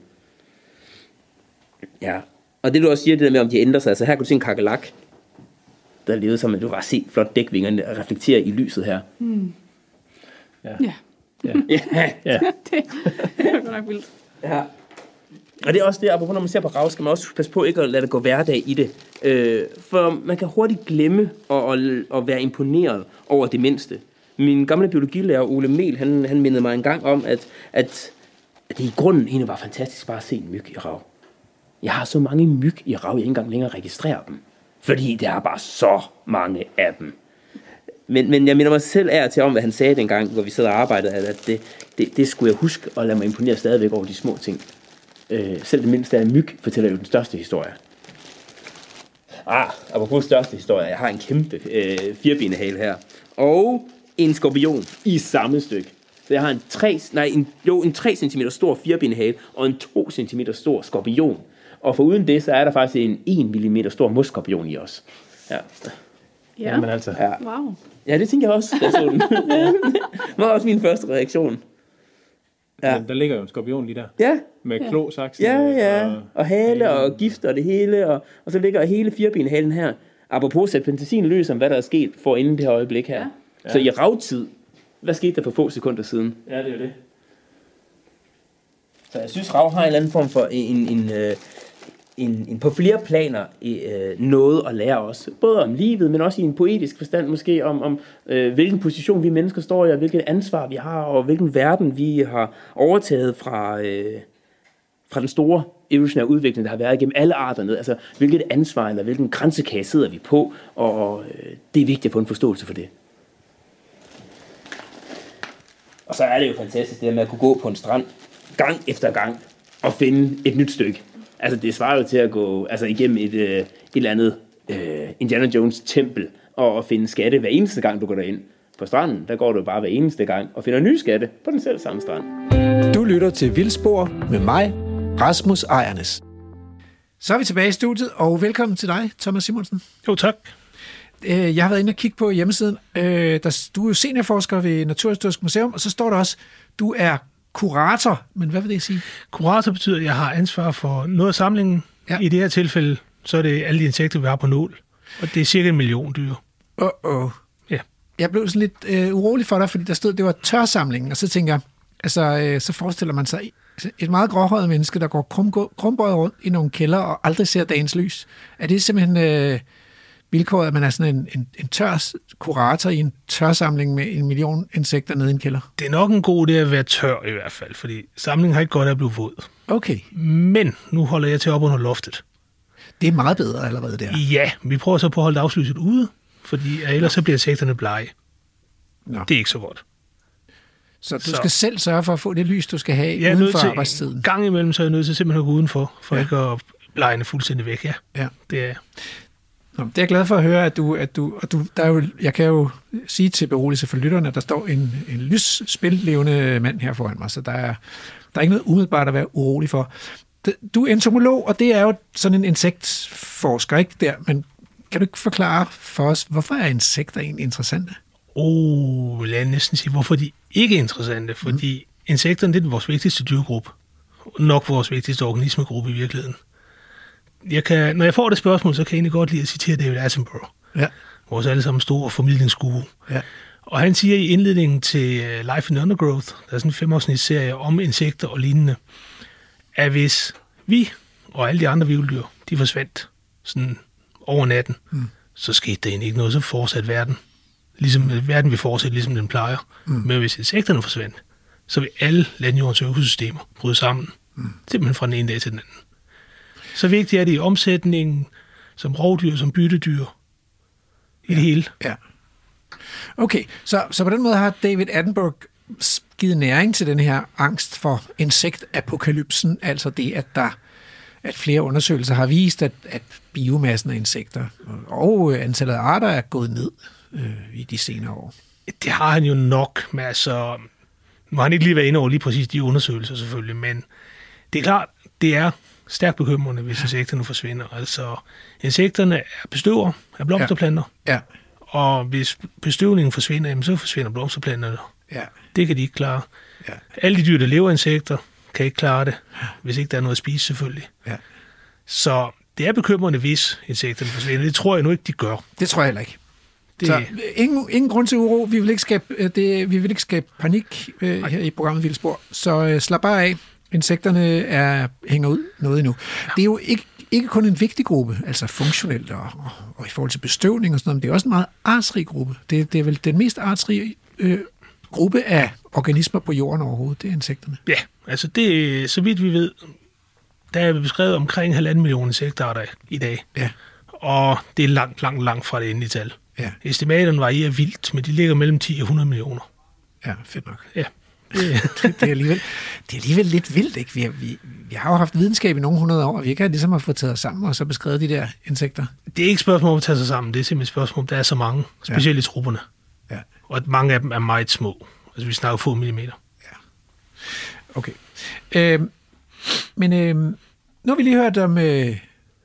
Ja, og det du også siger, det der med, om de ændrer sig. Altså her kunne du se en kakelak, der levede som, at du bare se flot dækvingerne reflektere i lyset her. Hmm. Ja. Ja. Ja. ja. ja. det er godt nok vildt. Ja. Og det er også det, apropos når man ser på rav, skal man også passe på ikke at lade det gå hverdag i det. Øh, for man kan hurtigt glemme at, at, at være imponeret over det mindste. Min gamle biologilærer Ole Mehl, han, han mindede mig en gang om, at, at, at det i grunden egentlig var fantastisk bare at se en myg i rav. Jeg har så mange myg i rav, jeg ikke engang længere registrerer dem. Fordi der er bare så mange af dem. Men, men jeg minder mig selv af til om, hvad han sagde dengang, hvor vi sad og arbejdede, at det, det, det skulle jeg huske at lade mig imponere stadigvæk over de små ting. Øh, selv det mindste af myg fortæller jo den største historie. Ah, apropos største historie, jeg har en kæmpe øh, firbenehale her. Og en skorpion i samme stykke. Så jeg har en tre, nej, en, jo, en tre centimeter stor firbenehale og en to centimeter stor skorpion. Og foruden det, så er der faktisk en en millimeter stor mosskorpion i os. Ja. Ja, Jamen altså. Ja. wow. Ja, det tænker jeg også, da jeg så den. Det var også min første reaktion. Ja. Ja, der ligger jo en skorpion lige der. Ja. Med klosaksen. Ja, ja. Og, og hale og gift og det hele. Og, og så ligger hele firbenhalen her. Apropos sætte fantasien løs om, hvad der er sket for inden det her øjeblik her. Ja. Så i ravtid, hvad skete der for få sekunder siden? Ja, det er jo det. Så jeg synes, rav har en eller anden form for en, en, en, en, en på flere planer øh, noget at lære os. Både om livet, men også i en poetisk forstand måske om, om øh, hvilken position vi mennesker står i, og hvilket ansvar vi har, og hvilken verden vi har overtaget fra, øh, fra den store evolutionære udvikling, der har været igennem alle arter. Altså, hvilket ansvar eller hvilken kransekage sidder vi på, og øh, det er vigtigt at få en forståelse for det. Og så er det jo fantastisk det med at kunne gå på en strand gang efter gang og finde et nyt stykke. Altså det svarer jo til at gå altså, igennem et, øh, et eller andet øh, Indiana Jones tempel og, og finde skatte hver eneste gang du går derind. På stranden, der går du bare hver eneste gang og finder nye skatte på den selv samme strand. Du lytter til Vildspor med mig, Rasmus Ejernes. Så er vi tilbage i studiet, og velkommen til dig, Thomas Simonsen. Jo, tak. Jeg har været inde og kigge på hjemmesiden. Der, du er jo seniorforsker ved Naturhistorisk Museum, og så står der også, du er kurator. Men hvad vil det sige? Kurator betyder, at jeg har ansvar for noget af samlingen. Ja. I det her tilfælde, så er det alle de insekter, vi har på nål. Og det er cirka en million dyr. Åh, åh. Ja. Jeg blev sådan lidt øh, urolig for dig, fordi der stod, det var tørsamlingen, og så tænker jeg, altså, øh, så forestiller man sig et meget gråhåret menneske, der går krum, krumbøjet rundt i nogle kælder og aldrig ser dagens lys. Er det simpelthen øh, vilkåret, at man er sådan en, en, en tør kurator i en tørsamling med en million insekter nede i en kælder? Det er nok en god idé at være tør i hvert fald, fordi samlingen har ikke godt at blive våd. Okay. Men nu holder jeg til op under loftet. Det er meget bedre allerede der. Ja, vi prøver så på at holde dagslyset ude, fordi ellers så bliver insekterne blege. Nå. Det er ikke så godt. Så du så. skal selv sørge for at få det lys, du skal have jeg uden for til, arbejdstiden? Gang imellem, så er jeg nødt til simpelthen at gå udenfor, for ja. ikke at blegne fuldstændig væk. Ja, ja. det er Nå, det er jeg glad for at høre, at du... At du, og du der er jo, jeg kan jo sige til beroligelse for lytterne, at der står en, en lysspillevende mand her foran mig, så der er, der er ikke noget umiddelbart at være urolig for. Du er entomolog, og det er jo sådan en insektforsker, ikke der? Men kan du ikke forklare for os, hvorfor er insekter egentlig interessante? Åh, oh, lad jeg næsten sige, hvorfor de ikke er interessante. Fordi mm. insekterne, det er vores vigtigste dyregruppe. Nok vores vigtigste organismegruppe i virkeligheden. Jeg kan, når jeg får det spørgsmål, så kan jeg egentlig godt lide at citere David Attenborough. Ja. Vores allesammen store formidlingsguru. Ja. Og han siger i indledningen til Life in Undergrowth, der er sådan en femårsnitsserie om insekter og lignende, at hvis vi og alle de andre hvirveldyr, de forsvandt sådan over natten, mm. så skete der egentlig ikke noget, så fortsatte verden. Ligesom, verden vil fortsætte, ligesom den plejer. Mm. Men hvis insekterne forsvandt, så vil alle landjordens økosystemer bryde sammen. Mm. Simpelthen fra den ene dag til den anden. Så vigtigt er det i omsætningen, som rovdyr, som byttedyr, i ja. det hele. Ja. Okay, så, så på den måde har David Attenborough givet næring til den her angst for insektapokalypsen, altså det, at der at flere undersøgelser har vist, at, at biomassen af insekter og antallet af arter er gået ned øh, i de senere år. Det har han jo nok, men altså, nu har han ikke lige været inde over lige præcis de undersøgelser selvfølgelig, men det er klart, det er stærkt bekymrende, hvis insekterne forsvinder. Altså, insekterne er bestøver af blomsterplanter, ja. Ja. Og hvis bestøvningen forsvinder, jamen, så forsvinder blomsterplanterne. Ja. Det kan de ikke klare. Ja. Alle de dyr, der lever af insekter, kan ikke klare det, hvis ikke der er noget at spise selvfølgelig. Ja. Så det er bekymrende, hvis insekterne forsvinder. Det tror jeg nu ikke, de gør. Det tror jeg heller ikke. Det... Så ingen, ingen grund til uro. Vi vil ikke skabe, det, vi vil ikke skabe panik øh, her i programmet Vildspor. Så øh, slap bare af. Insekterne er, hænger ud noget endnu. Ja. Det er jo ikke, ikke kun en vigtig gruppe, altså funktionelt og, og, og i forhold til bestøvning og sådan noget, men det er også en meget artsrig gruppe. Det, det er vel den mest artsrige øh, gruppe af organismer på jorden overhovedet, det er insekterne. Ja, altså det, så vidt vi ved, der er beskrevet omkring halvanden million insektarter i dag. Ja. Og det er langt, langt, langt fra det endelige tal. Ja. Estimaterne varierer vildt, men de ligger mellem ti og hundrede millioner. Ja, fedt nok. Ja. det, det, er alligevel, det er alligevel lidt vildt, ikke? Vi har, vi, vi har jo haft videnskab i nogle hundrede år, og vi ikke har ligesom har fået taget os sammen og så beskrevet de der insekter. Det er ikke et spørgsmål om at tage sig sammen, det er simpelthen et spørgsmål om, der er så mange, specielt ja. i trupperne. Ja. Og at mange af dem er meget små. Altså vi snakker få millimeter. Ja. Okay. Øhm, men øhm, nu har vi lige hørt om, øh,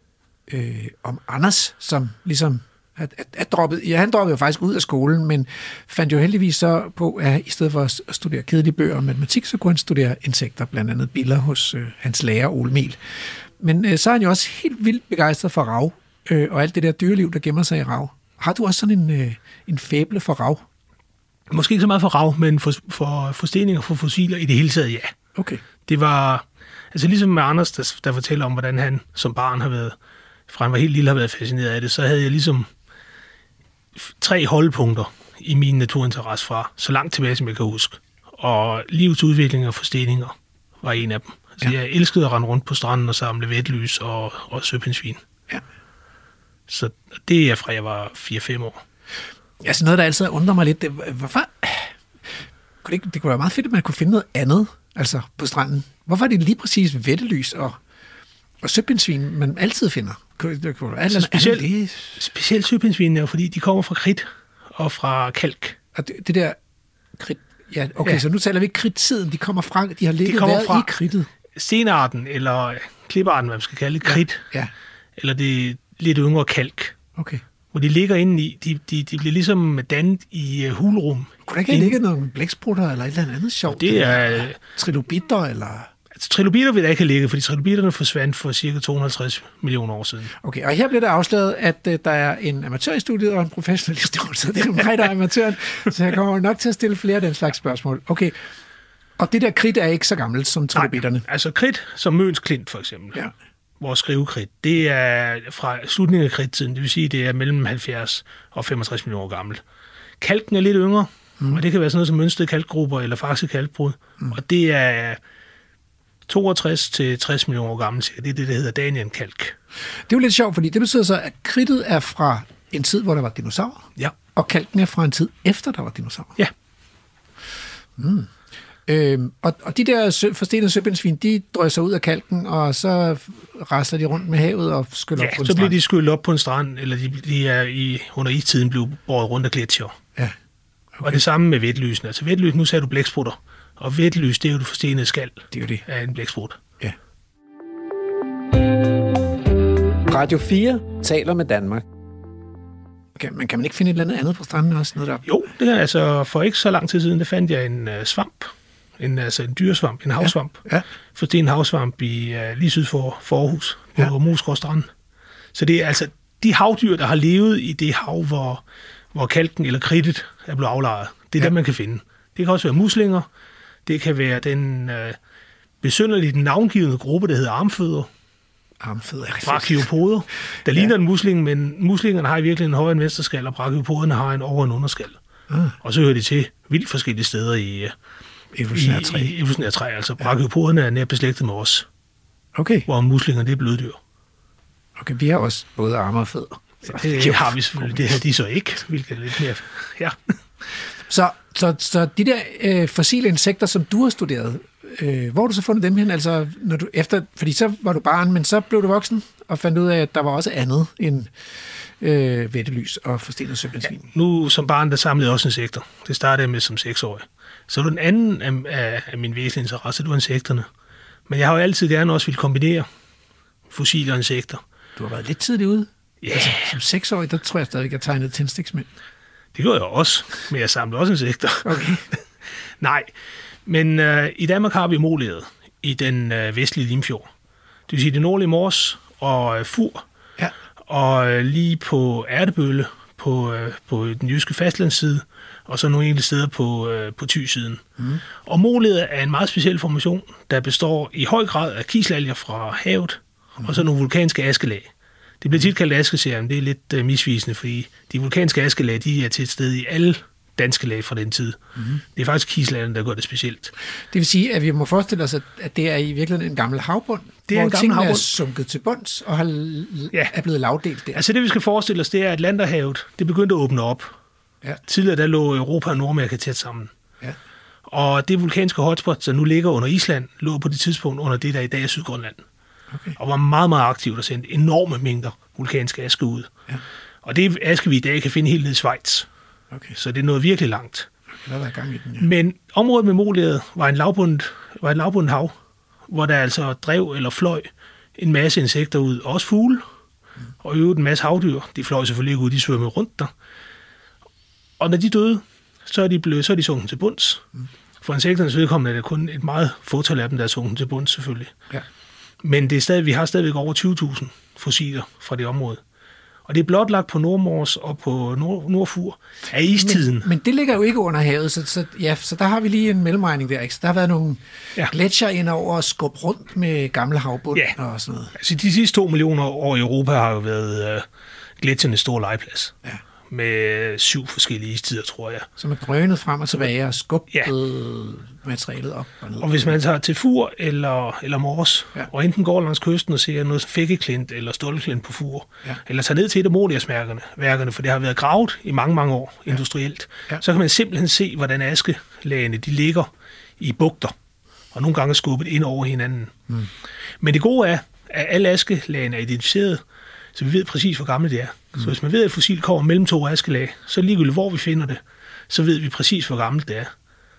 øh, om Anders, som ligesom at, at, at droppet, ja, han droppede jo faktisk ud af skolen, men fandt jo heldigvis så på, at i stedet for at studere kedelige bøger om matematik, så kunne han studere insekter, blandt andet biller hos øh, hans lærer Ole Miel. Men øh, så er han jo også helt vildt begejstret for rav, øh, og alt det der dyreliv, der gemmer sig i rav. Har du også sådan en, øh, en fæble for rav? Måske ikke så meget for rav, men for, for forsteninger, for fossiler i det hele taget, ja. Okay. Det var, altså ligesom med Anders, der, der fortæller om, hvordan han som barn har været, fra han var helt lille, har været fascineret af det, så havde jeg ligesom tre holdpunkter i min naturinteresse fra så langt tilbage, som jeg kan huske. Og livets udvikling og forsteninger var en af dem. Altså, ja. Jeg elskede at rende rundt på stranden og samle vetlys og, og søpindsvin. Ja. Så det er fra, jeg var fire fem år. Altså noget, der altid undrer mig lidt, det, hvorfor... Det, ikke, det kunne være meget fedt, at man kunne finde noget andet, altså på stranden. Hvorfor er det lige præcis vettelys og, og søpindsvin, man altid finder? Det kunne være altså, specielt, det... specielt søpindsvinene er jo, fordi de kommer fra kridt og fra kalk. Og det, det der kridt... Ja, okay, ja. Så nu taler vi ikke kridttiden. De kommer fra... De har ligget de været fra i kridtet. Stenarten, eller klippearten, hvad man skal kalde det, kridt. Ja. Ja. Eller det lidt yngre kalk. Okay. Hvor de ligger inde i, de, de, de bliver ligesom dannet i uh, hulrum. Kunne der ikke have ligget nogle blæksprutter eller et eller andet sjovt? Det er... Uh, trilobitter, eller... Altså, trilobitter vil der ikke have ligget, fordi trilobitterne forsvandt for cirka to hundrede og halvtreds millioner år siden. Okay, og her bliver det afsløret, at uh, der er en amatør i studiet og en professionel i studiet, så det er mig, der er amatøren, så jeg kommer nok til at stille flere af den slags spørgsmål. Okay, og det der kridt er ikke så gammelt som trilobitterne? Nej, altså kridt som Møns Klint for eksempel. Ja. vores skrivekridt, det er fra slutningen af kridttiden, det vil sige, det er mellem halvfjerds og femogtres millioner år gammel. Kalken er lidt yngre, mm. og det kan være sådan noget som mønstrede kalkgrupper eller fakse kalkbrud, mm. og det er toogtres til tres millioner år gammel, det er det, der hedder Danienkalk. Det er jo lidt sjovt, fordi det betyder så, at kridtet er fra en tid, hvor der var dinosaurer, ja. og kalken er fra en tid efter, der var dinosaurer. Ja. Mm. Øhm, og, og de der sø, forstenede søbindsvin, de drøser ud af kalken, og så rasler de rundt med havet og skyller ja, op på en så strand. bliver de skyllet op på en strand, eller de, de er i, under istiden blevet båret rundt af gletsjer. Ja. Okay. Og det samme med vætlysene. Altså vætlys, nu sagde du blæksprutter, og vætlys, det er jo det forstenede skal det er jo det. af en blæksprut. Ja. Radio fire taler med Danmark. Okay, men kan man ikke finde et eller andet andet på stranden også? Noget der... Jo, det er altså for ikke så lang tid siden, der fandt jeg en uh, svamp. En, altså en dyresvamp, en havsvamp. Ja. Ja. For det er en havsvamp i, uh, lige syd for, for Aarhus, på ja. Moesgaard Strand. Så det er altså de havdyr, der har levet i det hav, hvor, hvor kalken eller kridtet er blevet aflejret. Det er ja. det, man kan finde. Det kan også være muslinger. Det kan være den uh, besynderligt navngivende gruppe, der hedder armfødder. Armfødder er brachiopoder. Der ja. ligner en musling, men muslingerne har i virkeligheden en højre en venstre skal, og brachiopoderne har en over- og en underskal. Ah. Og så hører de til vildt forskellige steder i evolutionære træ. I, i evolutionære træ. Altså ja. Brachiopoderne er nær beslægtet med os. Okay. Hvor muslingerne, det er bløddyr. Okay, vi har også både arme og fødder. Så det, det har vi selvfølgelig. Det har de så ikke, hvilket er lidt mere... Ja. Så, så, så de der øh, fossile insekter, som du har studeret, øh, hvor har du så fundet dem hen? Altså, når du efter, fordi så var du barn, men så blev du voksen og fandt ud af, at der var også andet end øh, vættelys og forstenet søbindsvin. Ja, nu som barn, der samlede jeg også insekter. Det startede jeg med som seksårig. Så var den anden af, af, af min væsentlige interesse, det var insekterne. Men jeg har jo altid gerne også ville kombinere fossile og insekter. Du har været lidt tidligt ude. Ja. Altså, som seksårig, der tror jeg stadig, jeg tegnede tændstiksmænd. Det gjorde jeg også, men jeg samlede også insekter. Okay. Nej, men øh, i Danmark har vi moleret i den øh, vestlige Limfjord. Det vil sige det nordlige Mors og øh, Fur, ja. og øh, lige på Ærtebølle på, øh, på den jyske fastlandsside, og så nogle enkelte steder på, øh, på Thy-siden. Mm. Og moleret er en meget speciel formation, der består i høj grad af kiselalger fra havet, mm. og så nogle vulkanske askelag. Det bliver tit kaldt askeserien, det er lidt uh, misvisende, fordi de vulkanske askelag, de er til et sted i alle danske lag fra den tid. Mm-hmm. Det er faktisk kiselalgerne, der gør det specielt. Det vil sige, at vi må forestille os, at det er i virkeligheden en gammel havbund, det er hvor en gammel tingene havbund. er sunket til bunds og har, ja. er blevet lavdelt der. Altså det, vi skal forestille os, det er, at Atlanterhavet, det begyndte at åbne op. Ja. Tidligere der lå Europa og Nordamerika tæt sammen. Ja. Og det vulkanske hotspot, der nu ligger under Island, lå på det tidspunkt under det, der i dag er Sydgrønland. Okay. Og var meget, meget aktivt og sendte enorme mængder vulkanske aske ud. Ja. Og det aske, vi i dag kan finde helt ned i Schweiz. Okay. Så det er noget virkelig langt. Okay, der er gang i den, ja. Men området med moleret var en lavbundet, var et lavbundet hav, hvor der altså drev eller fløj en masse insekter ud, også fugle, mm. og i øvrigt en masse havdyr. De fløj selvfølgelig ikke ud, de svømmede rundt der. Og når de døde, så er de, blevet, så er de sunket til bunds. Mm. For insekternes vedkommende er det kun et meget fåtal af dem, der er sunket til bunds selvfølgelig. Ja. Men det er stadig, vi har stadigvæk over tyve tusind fossiler fra det område. Og det er blotlagt på Nordmors og på Nord, Nordfur af istiden. Men, men det ligger jo ikke under havet, så, så, ja, så der har vi lige en mellemregning der. Ikke? Så der har været nogle ja. gletsjer ind over og skub rundt med gamle havbund ja. og sådan noget. Altså de sidste to millioner år i Europa har jo været uh, gletsjernes store legeplads. Ja. Med syv forskellige istider, tror jeg. Som er drønet frem og tilbage og skubbet ja. materialet op og ned. Og hvis man tager til Fur eller, eller Mors, ja. og enten går langs kysten og ser noget fækkeklint eller stålklint på Fur, ja. eller tager ned til et af Moliasværkerne, værkerne, for det har været gravet i mange, mange år ja. industrielt, ja. så kan man simpelthen se, hvordan askelagene de ligger i bugter, og nogle gange skubbet ind over hinanden. Mm. Men det gode er, at alle askelagene er identificeret, så vi ved præcis, hvor gammelt det er. Mm. Så hvis man ved, at et fossil kommer mellem to askelag, så ligegyldigt hvor vi finder det, så ved vi præcis, hvor gammelt det er.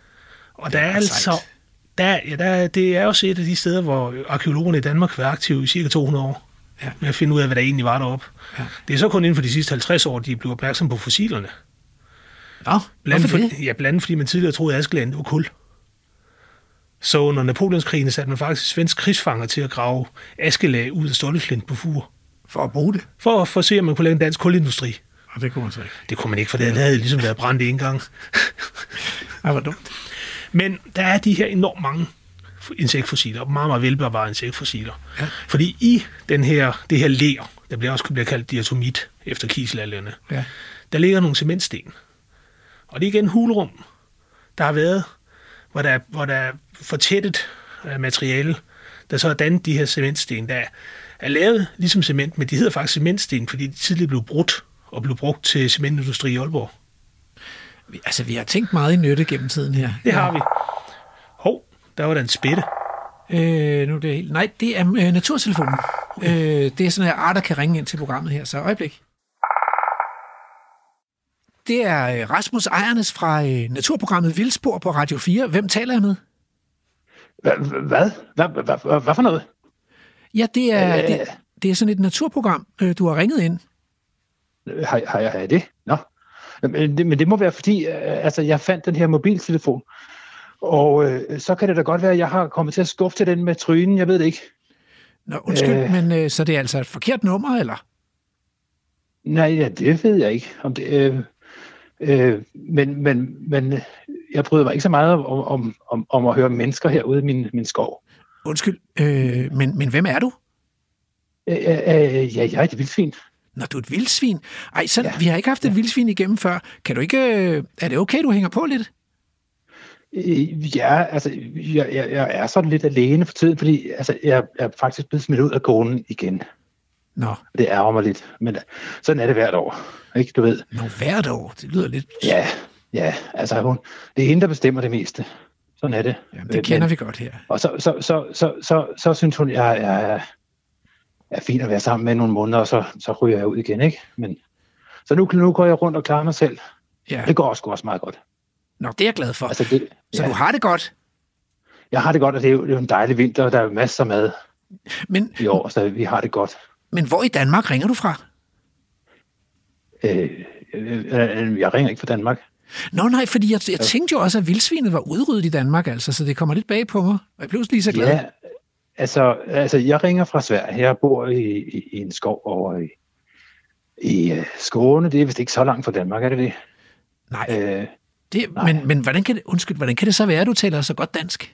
Og det der er, er altså, der, ja, der, det er også et af de steder, hvor arkeologerne i Danmark var aktive i cirka to hundrede år, ja. med at finde ud af, hvad der egentlig var deroppe. Ja. Det er så kun inden for de sidste halvtreds år, de blev opmærksomme på fossilerne. Ja, blandt, for, ja, blandt andet fordi man tidligere troede, at askelagene var kul. Så under Napoleonskrigene satte man faktisk svensk krigsfanger til at grave askelag ud af stålklint på Fur. For at bruge det? For, for at se, om man kunne lave en dansk kulindustri. Og det kunne man så ikke. Det kunne man ikke, for det havde ligesom været brændt en gang. Det var dumt. Men der er de her enormt mange insektfossiler, meget, meget velbevarede insektfossiler. Ja. Fordi i den her, det her ler, der bliver også bliver kaldt diatomit efter kiselalgerne, ja. Der ligger nogle cementsten. Og det er igen hulrum, der har været, hvor der, hvor der er fortættet materiale, der så har dannet de her cementsten, der er lavet ligesom cement, men de hedder faktisk cementsten, fordi de tidligere blev brudt og blev brugt til cementindustri i Aalborg. Altså, vi har tænkt meget i nytte gennem tiden her. Det har vi. Hov, der var der en spætte. Øh, nu er det helt... Nej, det er øh, naturtelefonen. Øh, det er sådan, at Arter kan ringe ind til programmet her, så øjeblik. Det er øh, Rasmus Ejernes fra øh, naturprogrammet Vildspor på Radio fire. Hvem taler jeg med? Hvad? Hvad? Hvad, hvad for noget? Ja, det er, øh, det, det er sådan et naturprogram, øh, du har ringet ind. Har, har jeg har jeg det? Nå. Men det, men det må være fordi, altså jeg fandt den her mobiltelefon, og øh, så kan det da godt være, at jeg har kommet til at skuffe til den med trynen, jeg ved det ikke. Nå, undskyld, øh, men øh, så det er altså et forkert nummer, eller? Nej, ja, det ved jeg ikke. Om det, øh, øh, men, men, men jeg bryder mig ikke så meget om, om, om, om at høre mennesker herude i min, min skov. Undskyld, øh, men, men hvem er du? Øh, øh, ja, jeg er et vildsvin. Når du er et vildsvin? Ej, så, ja. Vi har ikke haft et vildsvin igennem før. Kan du ikke... Er det okay, du hænger på lidt? Ja, altså, jeg, jeg, jeg er sådan lidt alene for tiden, fordi altså, jeg er faktisk blevet smidt ud af konen igen. Nå. Det ærger mig lidt, men sådan er det hvert år, ikke, du ved. Nå, hvert år? Det lyder lidt... Ja, ja, altså, hun, det er hende, der bestemmer det meste. Sådan er det. Jamen, det kender men, vi godt her. Og så, så, så, så, så, så synes hun, jeg er... er fint at være sammen med nogle måneder, og så, så ryger jeg ud igen, ikke? Men, så nu, nu går jeg rundt og klarer mig selv. Ja. Det går også, også meget godt. Nå, det er jeg glad for. Altså det, så ja. Du har det godt? Jeg har det godt, og det er jo, det er jo en dejlig vinter, og der er jo masser af mad men, i år, så vi har det godt. Men hvor i Danmark ringer du fra? Øh, øh, jeg ringer ikke fra Danmark. Nå nej, fordi jeg, jeg tænkte jo også, at vildsvinet var udryddet i Danmark, altså, så det kommer lidt bag på mig, og jeg blev lige så glad. Ja, altså, altså jeg ringer fra Sverige. Jeg bor i, i, i en skov over i, i uh, Skåne. Det er vist ikke så langt fra Danmark, er det det? Nej, øh, det, nej. Men, men hvordan, kan det, undskyld, hvordan kan det så være, at du taler så godt dansk?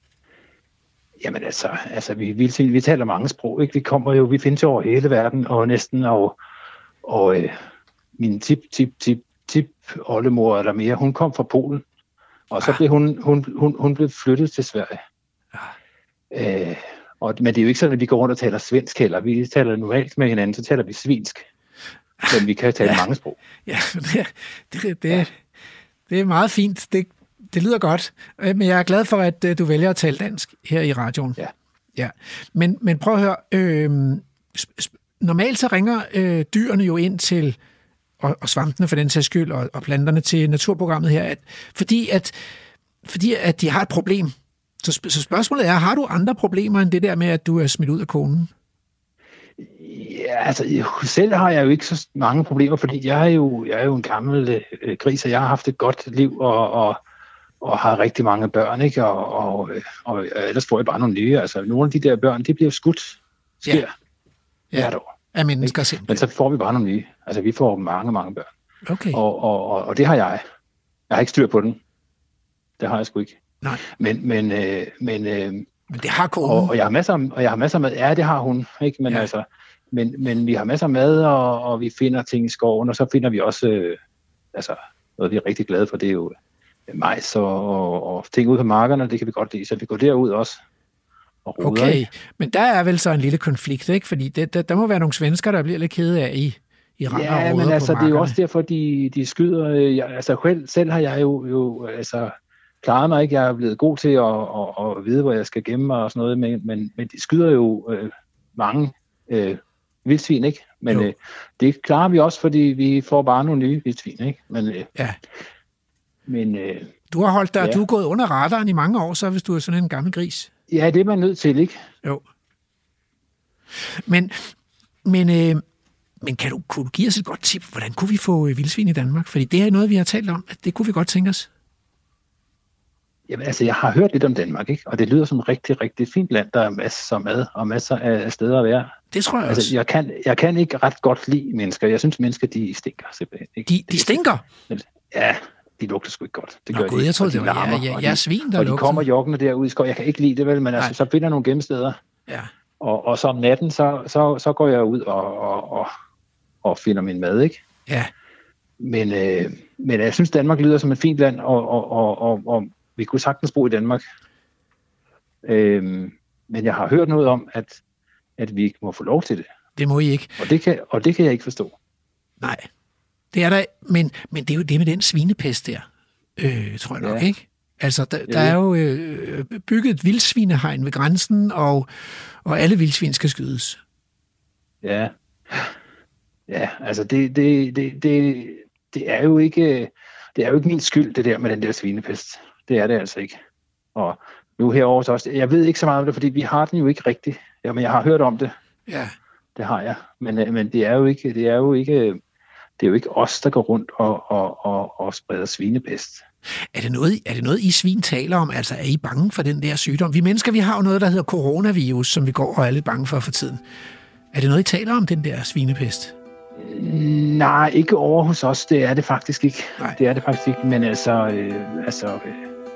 Jamen altså, altså vi, vi, vi taler mange sprog, ikke? Vi kommer jo, vi findes jo over hele verden, og næsten, og, og øh, min tip, tip, tip, tip oldemor eller mere, hun kom fra Polen, og så ah. blev hun, hun, hun, hun blev flyttet til Sverige. Ah. Øh, og, men det er jo ikke sådan, at vi går rundt og taler svensk heller. Vi taler normalt med hinanden, så taler vi svinsk. Men vi kan tale ja. mange sprog. Ja, det, det, det, ja. det er meget fint. Det, det lyder godt. Men jeg er glad for, at du vælger at tale dansk her i radioen. Ja. Ja. Men, men prøv at høre. Øh, normalt så ringer øh, dyrene jo ind til, og, og svampene for den sags skyld, og, og planterne til naturprogrammet her, at, fordi, at, fordi at de har et problem. Så, så spørgsmålet er, har du andre problemer end det der med, at du er smidt ud af konen? Ja, altså selv har jeg jo ikke så mange problemer, fordi jeg er jo, jeg er jo en gammel øh, gris, og jeg har haft et godt liv, og, og, og har rigtig mange børn, ikke? Og, og, og, og ellers får jeg bare nogle nye. Altså nogle af de der børn, de bliver skudt, sker ja. hvert år. Af mennesker simpelthen. Men så får vi bare nogle nye. Altså vi får mange, mange børn. Okay. Og, og, og, og det har jeg. Jeg har ikke styr på den. Det har jeg sgu ikke. Nej. Men, men, øh, men, øh, men det har konen. Og, og jeg har masser af, og jeg har masser af mad. Ja, det har hun, ikke? Men ja. altså, men, men vi har masser af mad, og, og vi finder ting i skoven, og så finder vi også, øh, altså noget vi er rigtig glade for, det er jo majs og, og, og ting ude på markerne, det kan vi godt lide, så vi går derud også. Og ruder, okay, ikke? Men der er vel så en lille konflikt, ikke? Fordi det, der, der må være nogle svensker, der bliver lidt kede af i, i render ja, og men altså, på det er jo også derfor, de, de skyder. Jeg, altså selv, selv har jeg jo, jo altså, klaret mig, ikke? Jeg er blevet god til at, at, at vide, hvor jeg skal gemme mig og sådan noget, men, men, men de skyder jo øh, mange øh, vildsvin, ikke? Men øh, det klarer vi også, fordi vi får bare nogle nye vildsvin, ikke? Men, øh, ja. Men, øh, du har holdt dig, ja. du er gået under radaren i mange år, så hvis du er sådan en gammel gris. Ja, det er man nødt til, ikke? Jo. Men, men, øh, men kan du, kunne du give os et godt tip? Hvordan kunne vi få vildsvin i Danmark? Fordi det er noget, vi har talt om, at det kunne vi godt tænke os. Jamen altså, jeg har hørt lidt om Danmark, ikke? Og det lyder som et rigtig, rigtig fint land. Der er masser af mad og masser af steder at være. Det tror jeg altså, også. Jeg kan, jeg kan ikke ret godt lide mennesker. Jeg synes, mennesker, de stinker simpelthen. Ikke? De, de stinker? Ja, de lugter sgu ikke godt. Det Nå gør gud, de, jeg troede, og de det var larmer, ja, og ja, de- svin, der Og de lugter. kommer joggende derud i skov. Jeg kan ikke lide det, vel, men altså, så finder jeg nogle gemmesteder. Ja. Og, og så om natten, så, så, så går jeg ud og, og, og, og finder min mad, ikke? Ja. Men, øh, men jeg synes, Danmark lyder som et fint land, og, og, og, og, og vi kunne sagtens bo i Danmark. Øhm, men jeg har hørt noget om, at, at vi ikke må få lov til det. Det må I ikke. Og det kan, og det kan jeg ikke forstå. Nej, det er der, men, men det er jo det med den svinepest der, øh, tror jeg nok, Ja. ikke? Altså, der, Ja. der er jo øh, bygget et vildsvinehegn ved grænsen, og, og alle vildsvin skal skydes. Ja, ja, altså det, det, det, det, det er jo ikke, det er jo ikke min skyld, det der med den der svinepest. Det er det altså ikke. Og nu herovre så også, jeg ved ikke så meget om det, fordi vi har den jo ikke rigtigt. Jamen, jeg har hørt om det. Ja. Det har jeg. Men, øh, men det er jo ikke, det er jo ikke, det er jo ikke os, der går rundt og, og, og, og spreder svinepest. Er det, noget, er det noget, I svin taler om? Altså, er I bange for den der sygdom? Vi mennesker, vi har jo noget, der hedder coronavirus, som vi går og er lidt bange for for tiden. Er det noget, I taler om, den der svinepest? Nej, ikke over hos os. Det er det faktisk ikke. Nej. Det er det faktisk ikke. Men altså, øh, altså øh,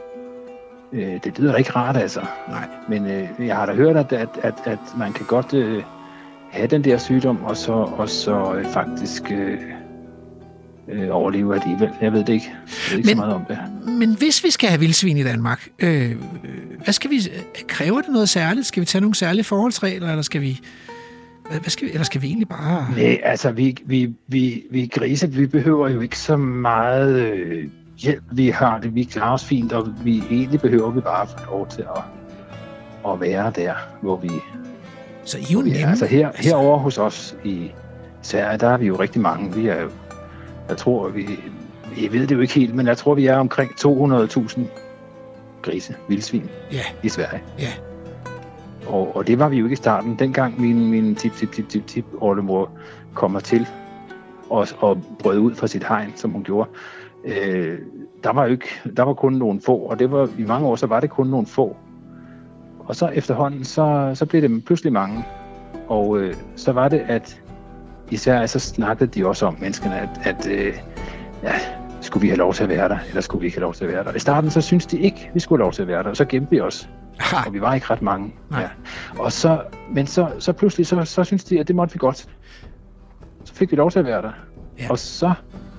øh, det lyder da ikke rart, altså. Nej. Men øh, jeg har da hørt, at, at, at, at man kan godt øh, have den der sygdom, og så, og så øh, faktisk øh, øh, overleve alligevel. Jeg ved det ikke. Jeg ved ikke Men- så meget om det. Men hvis vi skal have vildsvin i Danmark, øh, øh, hvad skal vi, kræver det noget særligt? Skal vi tage nogle særlige forholdsregler, eller skal vi, hvad, hvad skal vi, eller skal vi egentlig bare... Nej, altså vi, vi, vi, vi grise, vi behøver jo ikke så meget øh, hjælp. Vi har det, vi klarer os fint, og vi egentlig behøver vi bare at få lov til at, at være der, hvor vi... Så I er jo hvor vi er. nemme. Altså her, herovre hos os i Sverige, der er vi jo rigtig mange. Vi er jo, jeg tror, vi... Jeg ved det jo ikke helt, men jeg tror, vi er omkring to hundrede tusind grise, vildsvin Ja, i Sverige. ja. Og, og det var vi jo ikke i starten. Dengang min, min tip, tip, tip, tip, tip oldemor kommer til og, og brød ud fra sit hegn, som hun gjorde, øh, der var jo ikke, der var kun nogle få, og det var i mange år, så var det kun nogle få. Og så efterhånden, så, så blev det pludselig mange. Og øh, så var det, at i Sverige, så snakkede de også om menneskene, at, at øh, ja, skulle vi have lov til at være der, eller skulle vi ikke have lov til at være der. I starten, så syntes de ikke, vi skulle have lov til at være der, og så gemte vi os. Ha. Og vi var ikke ret mange. Nej. Ja. Og så, men så, så pludselig, så, så syntes de, at det måtte vi godt. Så fik vi lov til at være der. Ja. Og så,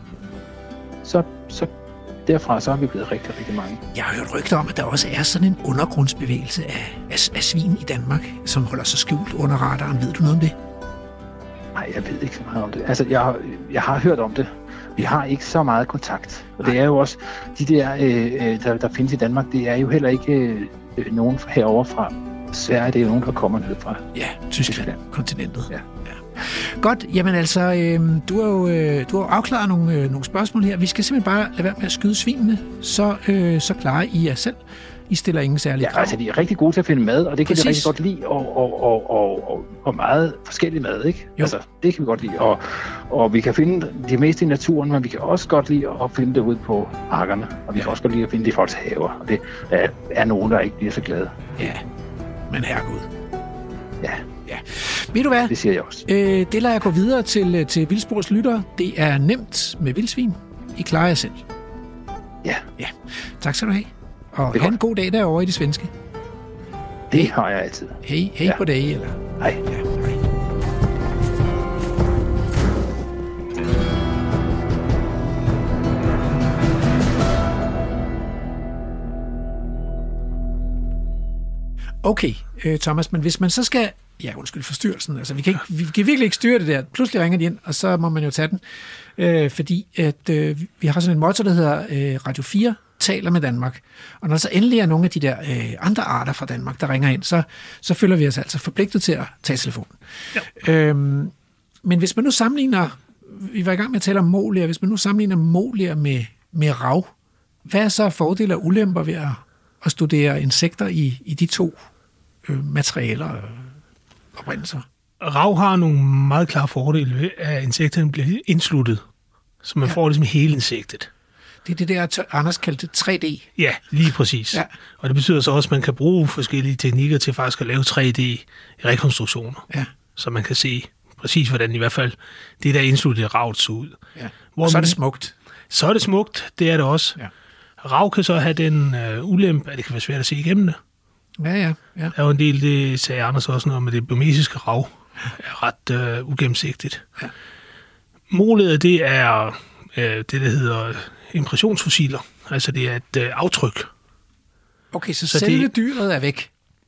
så, så derfra, så er vi blevet rigtig, rigtig mange. Jeg har hørt rygter om, at der også er sådan en undergrundsbevægelse af, af, af svin i Danmark, som holder sig skjult under radaren. Ved du noget om det? Nej, jeg ved ikke så meget om det. Altså, jeg, har- jeg har hørt om det. Vi har ikke så meget kontakt. Og det er jo også, de der, øh, der, der findes i Danmark, det er jo heller ikke øh, nogen herovre fra Sverige. Det er jo nogen, der kommer ned fra. Ja, Tyskland, kontinentet. Ja. Ja. Godt, jamen altså, øh, du har jo øh, du har afklaret nogle, øh, nogle spørgsmål her. Vi skal simpelthen bare lade være med at skyde svinene, så, øh, så klarer I jer selv. I stiller ingen særlige Ja, krav. altså, de er rigtig gode til at finde mad, og det kan Præcis. vi rigtig godt lide, og, og, og, og, og, og meget forskellig mad, ikke? Jo. Altså, det kan vi godt lide, og, og vi kan finde det meste i naturen, men vi kan også godt lide at finde det ude på markerne, og vi kan også godt lide at finde det i folks haver, og det er, er nogen, der ikke bliver så glade. Ja, men herregud. Ja, Ja. Ved du hvad? det siger jeg også. Øh, det lader jeg gå videre til, til Vildspors lyttere. Det er nemt med vildsvin. I klarer jer selv. Ja, Ja. Tak skal du have. Og Det er have en godt. god dag derovre i det svenske. det har jeg altid. Hej, hej Ja. på dag, eller? Hej. Ja, hej. Okay, øh, Thomas, men hvis man så skal... Ja, undskyld forstyrrelsen. Altså, vi kan, ikke, vi kan virkelig ikke styre det der. Pludselig ringer de ind, og så må man jo tage den. Øh, fordi at, øh, vi har sådan en motto, der hedder øh, Radio fire taler med Danmark. Og når så endelig er nogle af de der øh, andre arter fra Danmark, der ringer ind, så, så føler vi os altså forpligtet til at tage telefonen. Ja. Øhm, men hvis man nu sammenligner... Vi var i gang med at tale om molier. Hvis man nu sammenligner molier med, med rav, hvad er så fordele og ulemper ved at, at studere insekter i, i de to øh, materialer og oprindelser? Rav har nogle meget klare fordele ved, at insekterne bliver indsluttet, så man Ja. ja. får ligesom hele insektet. Det er det der, Anders kaldte tre D. Ja, lige præcis. Ja. Ja. Og det betyder så også, at man kan bruge forskellige teknikker til faktisk at lave tre D-rekonstruktioner, Ja. så man kan se præcis, hvordan i hvert fald det der indsluttet rav så ud. Ja. Hvor Og så er man- det smukt. så er det smukt. Det er det også. Ja. Rav kan så have den øh, ulempe, at det kan være svært at se igennem det. Ja, ja. ja. Der er jo en del, det sagde Anders også noget om, at det burmesiske rav er ret øh, ugennemsigtigt. Ja. Målet, det er øh, det, der hedder impressionsfossiler. Altså det er et øh, aftryk. Okay, så, så selve det, dyret er væk?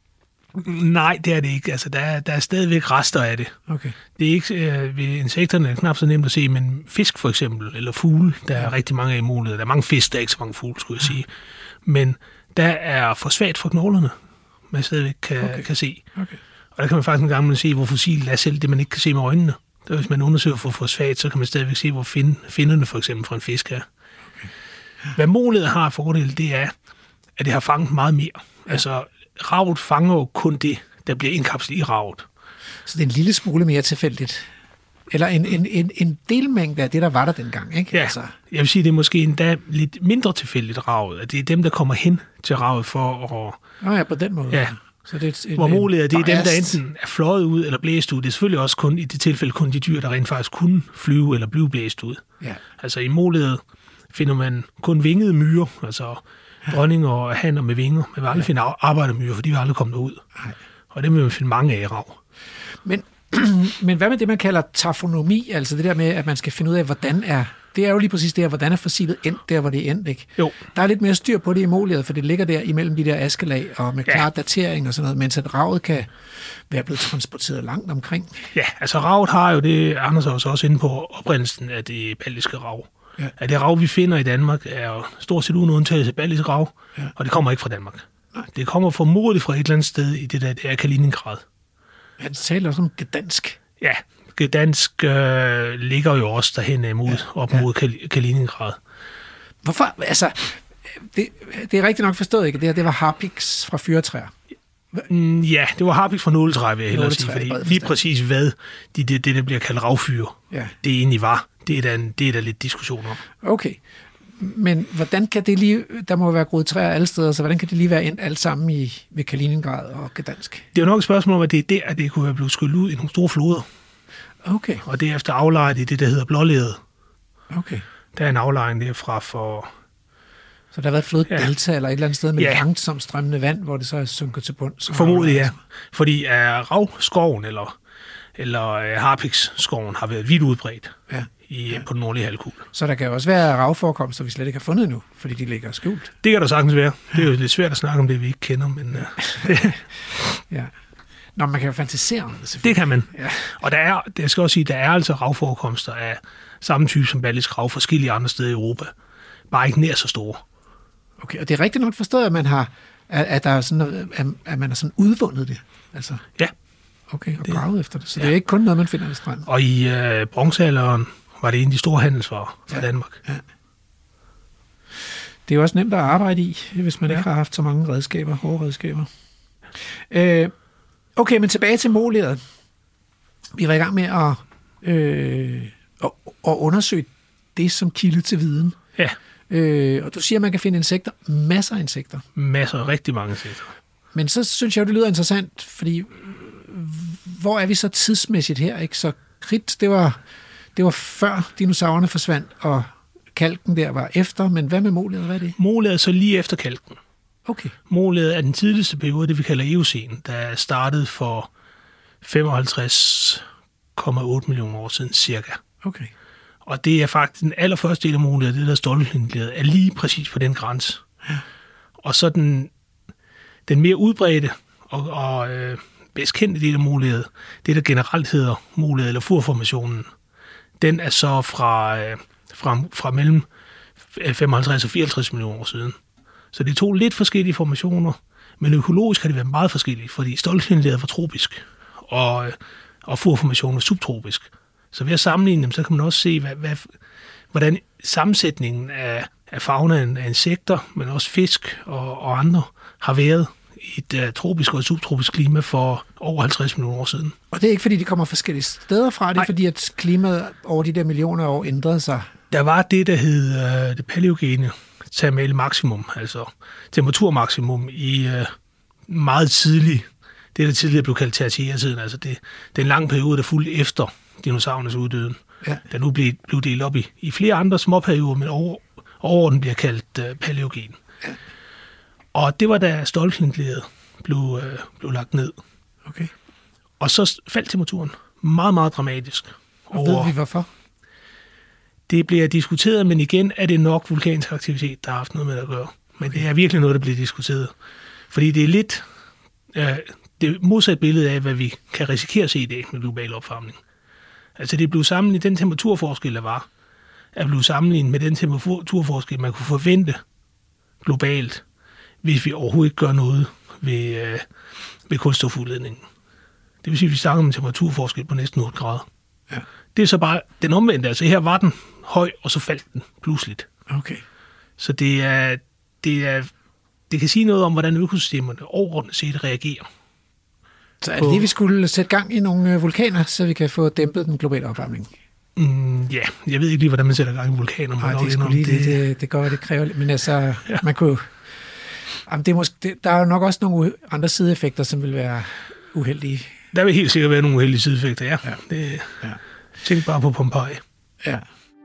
Nej, det er det ikke. Altså, der, er, der er stadigvæk rester af det. Okay. Det er ikke øh, ved insekterne er knap så nemt at se, men fisk for eksempel, eller fugle, der er rigtig mange af i muligheder. Der er mange fisk, der er ikke så mange fugle, skulle jeg sige. Men der er fosfat fra knoglerne, man stadigvæk kan, okay. kan se. Okay. Og der kan man faktisk en gang se, hvor fossilet er selv det, man ikke kan se med øjnene. Der, hvis man undersøger for fosfat, så kan man stadigvæk se, hvor find, finderne for eksempel fra en fisk er. Okay. Hvad målet har af fordel, det er, at det har fanget meget mere. Ja. Altså, ravet fanger jo kun det, der bliver indkapslet i ravet. Så det er en lille smule mere tilfældigt. Eller en, en, en, en delmængde af det, der var der dengang, ikke? Ja, altså. Jeg vil sige, det er måske endda lidt mindre tilfældigt ravet. At det er dem, der kommer hen til ravet for at... Nå ja, på den måde. Ja. Så det er et, hvor målet er, det er biased. dem, der enten er fløjet ud eller blæst ud. Det er selvfølgelig også kun i det tilfælde kun de dyr, der rent faktisk kunne flyve eller blive blæst ud. Ja. Altså i målet finder man kun vingede myrer, altså dronninger og hanner med vinger. Man vil aldrig ja. finde arbejdermyrer, for de vil aldrig komme derud. Nej. Og det vil man finde mange af i rav. Men, men hvad med det, man kalder tafonomi? Altså det der med, at man skal finde ud af, hvordan er... Det er jo lige præcis det her, hvordan er fossilet endt der, hvor det er endt, ikke? Jo. Der er lidt mere styr på det i moliet, for det ligger der imellem de der askelag, og med klar ja. datering og sådan noget, mens at ravet kan være blevet transporteret langt omkring. Ja, altså ravet har jo det, Anders er også inde på oprindelsen af det baltiske rav. Ja. At det rav, vi finder i Danmark, er jo stort set uden undtagelse baltisk rav, ja. og det kommer ikke fra Danmark. Nej. Det kommer formodentlig fra et eller andet sted i det der, det er Kaliningrad. Ja, det taler også om Gdansk. Ja, Gdansk øh, ligger jo også derhen imod, ja. op mod ja. Kaliningrad. Hvorfor? Altså, det, det er rigtig nok forstået, ikke? Det her, det var harpiks fra fyrretræer. Ja, det var harpiks fra nåletræ, vil jeg hellere sige, fordi lige præcis hvad de, det, det, der bliver kaldt ravfyre, ja. det egentlig var, det er, der en, det er der lidt diskussion om. Okay, men hvordan kan det lige, der må være groet træer alle steder, så hvordan kan det lige være endt alt sammen i, ved Kaliningrad og Gdansk? Det er jo nok et spørgsmål om, at det er der, at det kunne være blevet skyllet ud i nogle store floder. Okay. Og derefter aflejret i det, der hedder blåleret. Okay. Der er en aflejring derfra for... Så der har været et floddelta ja. eller et eller andet sted med ja. langsomt strømmende vand, hvor det så er sunket til bunds? Formodentlig, ja. Fordi uh, ravskoven eller, eller uh, harpiksskoven har været vidt udbredt ja. I, ja. på den nordlige halvkugle. Så der kan jo også være ravforekomster, vi slet ikke har fundet endnu, fordi de ligger skjult? Det kan der sagtens være. Det er jo lidt svært at snakke om det, vi ikke kender, men... Uh, ja. Nå, man kan jo fantasere om det, det kan man. Ja. Og der er, det skal også sige, der er altså ravforekomster af samme type som baltisk rav forskellige andre steder i Europa. Bare ikke nær så store. Okay, og det er rigtigt nok forstået, at man har, at, at der er sådan, at, at man har sådan udvundet det. Altså. Ja. Okay, og gravet efter det. Så ja. det er ikke kun noget, man finder ved stranden. Og i øh, bronzealderen var det en af de store handelsvarer fra ja. Danmark. Ja. Det er jo også nemt at arbejde i, hvis man ja. ikke har haft så mange redskaber, hårde redskaber. Øh, okay, men tilbage til måleret. Vi var i gang med at, øh, at, at undersøge det som kilde til viden. Ja. Øh, og du siger, at man kan finde insekter. Masser af insekter. Masser, rigtig mange insekter. Men så synes jeg, det lyder interessant, fordi hvor er vi så tidsmæssigt her? Ikke? Så kridt, det var, det var før dinosaurerne forsvandt, og kalken der var efter, men hvad med målet? Hvad er det? Målet er så lige efter kalken. Okay. Målet er den tidligste periode, det vi kalder Eocæn, der startede for femoghalvtreds komma otte millioner år siden cirka. Okay. Og det er faktisk den allerførste del af målet, det der stoltenlinglæret, er lige præcis på den grænse. Ja. Og så den, den mere udbredte og, og øh, bedst kendte del af målet, det der generelt hedder målet eller furformationen, den er så fra, øh, fra, fra mellem femoghalvtreds og fireoghalvtreds millioner år siden. Så det er to lidt forskellige formationer, men økologisk har det været meget forskellige, fordi stoltenlinglæret var tropisk, og, og furformationen var subtropisk. Så ved at sammenligne dem, så kan man også se, hvad, hvad, hvordan sammensætningen af, af faunaen af insekter, men også fisk og, og andre, har været i et uh, tropisk og et subtropisk klima for over halvtreds millioner år siden. Og det er ikke, fordi de kommer forskellige steder fra, det er, fordi at klimaet over de der millioner år ændrede sig? Der var det, der hed uh, det paleogene thermale maksimum, altså temperaturmaksimum i uh, meget tidlig, det der tidligere blev kaldt tertiærtiden, altså det, det er en lang periode, der fulgte efter dinosaurernes uddøden. ja. der nu blev, blev delt op i, i flere andre småperioder, men over, overordnet bliver kaldt uh, paleogen. Ja. Og det var da Stoltenleret blev, uh, blev lagt ned. Okay. Og så faldt temperaturen meget, meget dramatisk. Og over, ved vi hvorfor? Det bliver diskuteret, men igen er det nok vulkansk aktivitet, der har haft noget med det at gøre. Men okay. det er virkelig noget, der bliver diskuteret. Fordi det er lidt øh, det modsatte billede af, hvad vi kan risikere at se i dag med global opvarmning. Altså det blev sammenlignet, den temperaturforskel, der var, er blevet sammenlignet med den temperaturforskel, man kunne forvente globalt, hvis vi overhovedet ikke gør noget ved, øh, ved kulstofudledningen. Det vil sige, at vi snakker om en temperaturforskel på næsten otte grader. Ja. Det er så bare den omvendte. Altså her var den høj, og så faldt den pludseligt. Okay. Så det er, det er, det kan sige noget om, hvordan økosystemerne overordnet set reagerer. Så er det det, vi skulle sætte gang i nogle vulkaner, så vi kan få dæmpet den globale opvarmning? Mm, ja, jeg ved ikke lige, hvordan man sætter gang i vulkaner. Nej, det, er lige, det, det, det går, det kræver lidt. Men altså, ja. man kunne... Jamen, det er måske, det, der er jo nok også nogle andre sideeffekter, som vil være uheldige. Der vil helt sikkert være nogle uheldige sideeffekter, ja. ja. Det, ja. Tænk bare på Pompeji. Ja.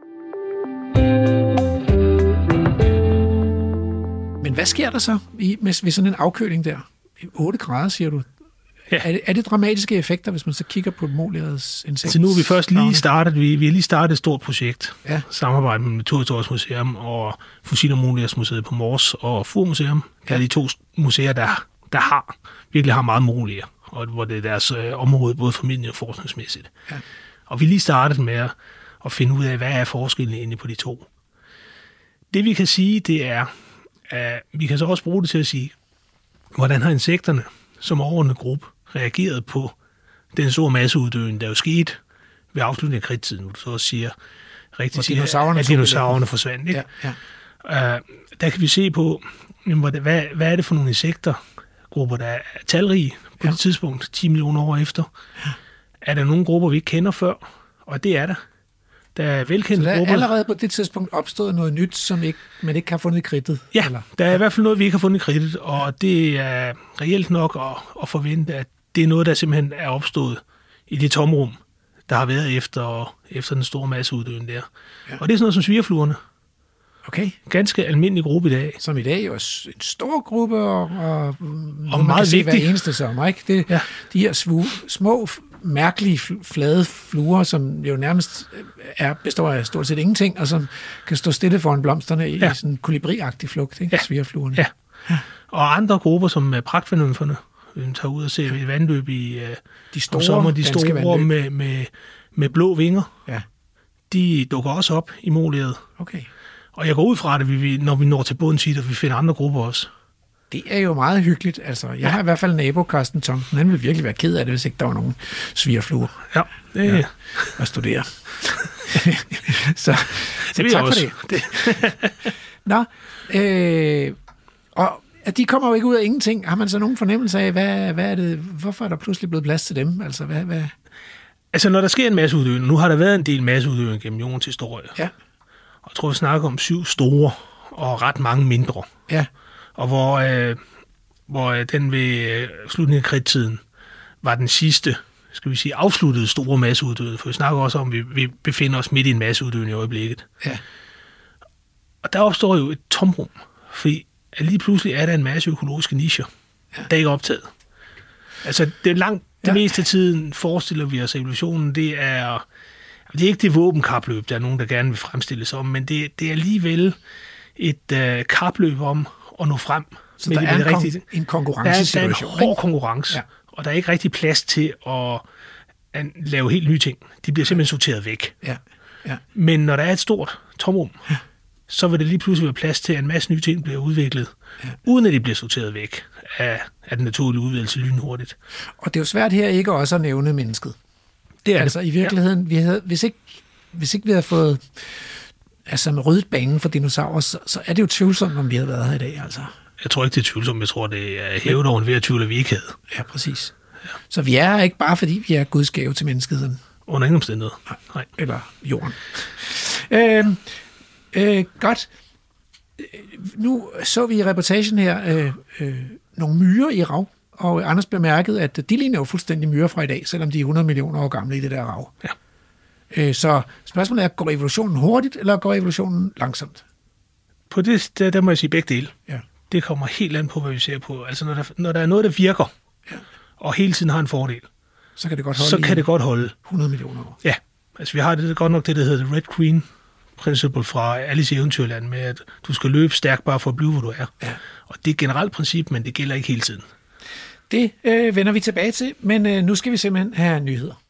Men hvad sker der så i, med, ved sådan en afkøling der? otte grader, siger du? Ja. Er, det, er det dramatiske effekter, hvis man så kigger på Molerets insekt? Altså nu er vi først lige startet, vi, vi har lige startet et stort projekt. Ja. Samarbejde med Naturhistorisk Museum og Fossil- og Molerets Museet på Mors og Fur-museum. Ja. Det er de to museer, der, der har, virkelig har meget moler, og hvor det er deres øh, område, både familie- og forskningsmæssigt. Ja. Og vi lige startet med at, at finde ud af, hvad er forskellen inde på de to. Det vi kan sige, det er, at vi kan så også bruge det til at sige, hvordan har insekterne som overordnet gruppe reageret på den store masseuddøen, der jo skete ved afslutningen af kridttiden, hvor du så også siger, rigtig siger, dinosaurerne at dinosaurerne forsvandt. Ikke? Ja, ja. Uh, der kan vi se på, hvad, hvad er det for nogle insektergrupper, der er talrige på ja. det tidspunkt, ti millioner år efter. Ja. Er der nogle grupper, vi ikke kender før? Og det er der. Der er velkendte grupper. Så der er grupper. allerede på det tidspunkt opstået noget nyt, som ikke, man ikke har fundet i kridtet? Ja, eller? Der er i hvert fald noget, vi ikke har fundet i kridtet, og det er reelt nok at, at forvente, at det er noget, der simpelthen er opstået i det tomrum, der har været efter, efter den store masseuddøen der. Ja. Og det er sådan noget som svirrefluerne. Okay. Ganske almindelig gruppe i dag. Som i dag jo er en stor gruppe, og, og, og meget vigtig. Hver eneste sommer, ikke? Det, ja. De her svu, små, mærkelige, flade fluer, som jo nærmest er, består af stort set ingenting, og som kan stå stille foran blomsterne i ja. sådan en kolibriagtig flugt, ikke? Ja. Svirrefluerne. Ja. ja. Og andre grupper, som pragtvandomferne, vi tager ud og ser et vandløb i de store, sommer, de store med, med, med blå vinger, ja. de dukker også op i Moleret. Okay. Og jeg går ud fra det, vi, når vi når til bunden tit, og vi finder andre grupper også. Det er jo meget hyggeligt. Altså, jeg ja. har i hvert fald en nabo, Carsten Thomsen. Han ville virkelig være ked af det, hvis ikke der var nogen svirrefluer. Ja, det er... Ja, at studere. så så tak for det. det. Nå, øh, og at de kommer jo ikke ud af ingenting. Har man så nogen fornemmelse af, hvad, hvad er det, hvorfor er der pludselig blevet plads til dem? Altså, hvad, hvad? altså når der sker en masseuddøen, nu har der været en del masseuddøen gennem jordens historie. Ja. Og jeg tror, vi snakker om syv store og ret mange mindre. Ja. Og hvor, øh, hvor øh, den ved øh, slutningen af kridttiden var den sidste, skal vi sige, afsluttede store masseuddøen. For vi snakker også om, at vi, vi befinder os midt i en masseuddøen i øjeblikket. Ja. Og der opstår jo et tomrum, fordi lige pludselig er der en masse økologiske nicher, ja. der ikke er optaget. Altså, det er langt, det ja. meste af tiden forestiller vi os evolutionen, det er... Det er ikke det våbenkapløb, der er nogen, der gerne vil fremstille sig om, men det, det er alligevel et øh, kapløb om at nå frem. Så der er en, kon- rigtige, en konkurrencesituation. Der er, der er en hård konkurrence, ja. og der er ikke rigtig plads til at, at lave helt nye ting. De bliver simpelthen sorteret væk. Ja. Ja. Men når der er et stort tomrum, ja. så vil det lige pludselig være plads til, at en masse nye ting bliver udviklet, ja. uden at de bliver sorteret væk af, af den naturlige udvidelse lynhurtigt. Og det er jo svært her ikke også at nævne mennesket. Det er altså det. I virkeligheden, ja. vi havde, hvis, ikke, hvis ikke vi havde fået altså med ryddet banen for dinosaurer, så, så er det jo tvivlsomt, om vi havde været her i dag. Altså. Jeg tror ikke, det er tvivlsomt. Jeg tror, det er hævet over ved at tvivle, at vi ikke havde. Ja, præcis. Ja. Så vi er ikke bare, fordi vi er Guds gave til menneskeheden. Under ingen omstændighed. Nej. Nej. Eller jorden. Øh, øh, godt. Nu så vi i reportagen her øh, øh, nogle myrer i rav. Og Anders bemærkede, at de ligner jo fuldstændig myrer fra i dag, selvom de er hundrede millioner år gamle i det der rav. Ja. Øh, så spørgsmålet er, går evolutionen hurtigt, eller går evolutionen langsomt? På det, der, der må jeg sige begge dele. Ja. Det kommer helt an på, hvad vi ser på. Altså, når der, når der er noget, der virker, ja. og hele tiden har en fordel, så kan det godt holde, så kan det godt holde. hundrede millioner år. Ja, altså vi har det godt nok det, der hedder Red Queen Principle fra Alice i Eventyrland, med at du skal løbe stærkt bare for at blive, hvor du er. Ja. Og det er et generelt princip, men det gælder ikke hele tiden. Det øh, vender vi tilbage til, men øh, nu skal vi simpelthen have nyheder.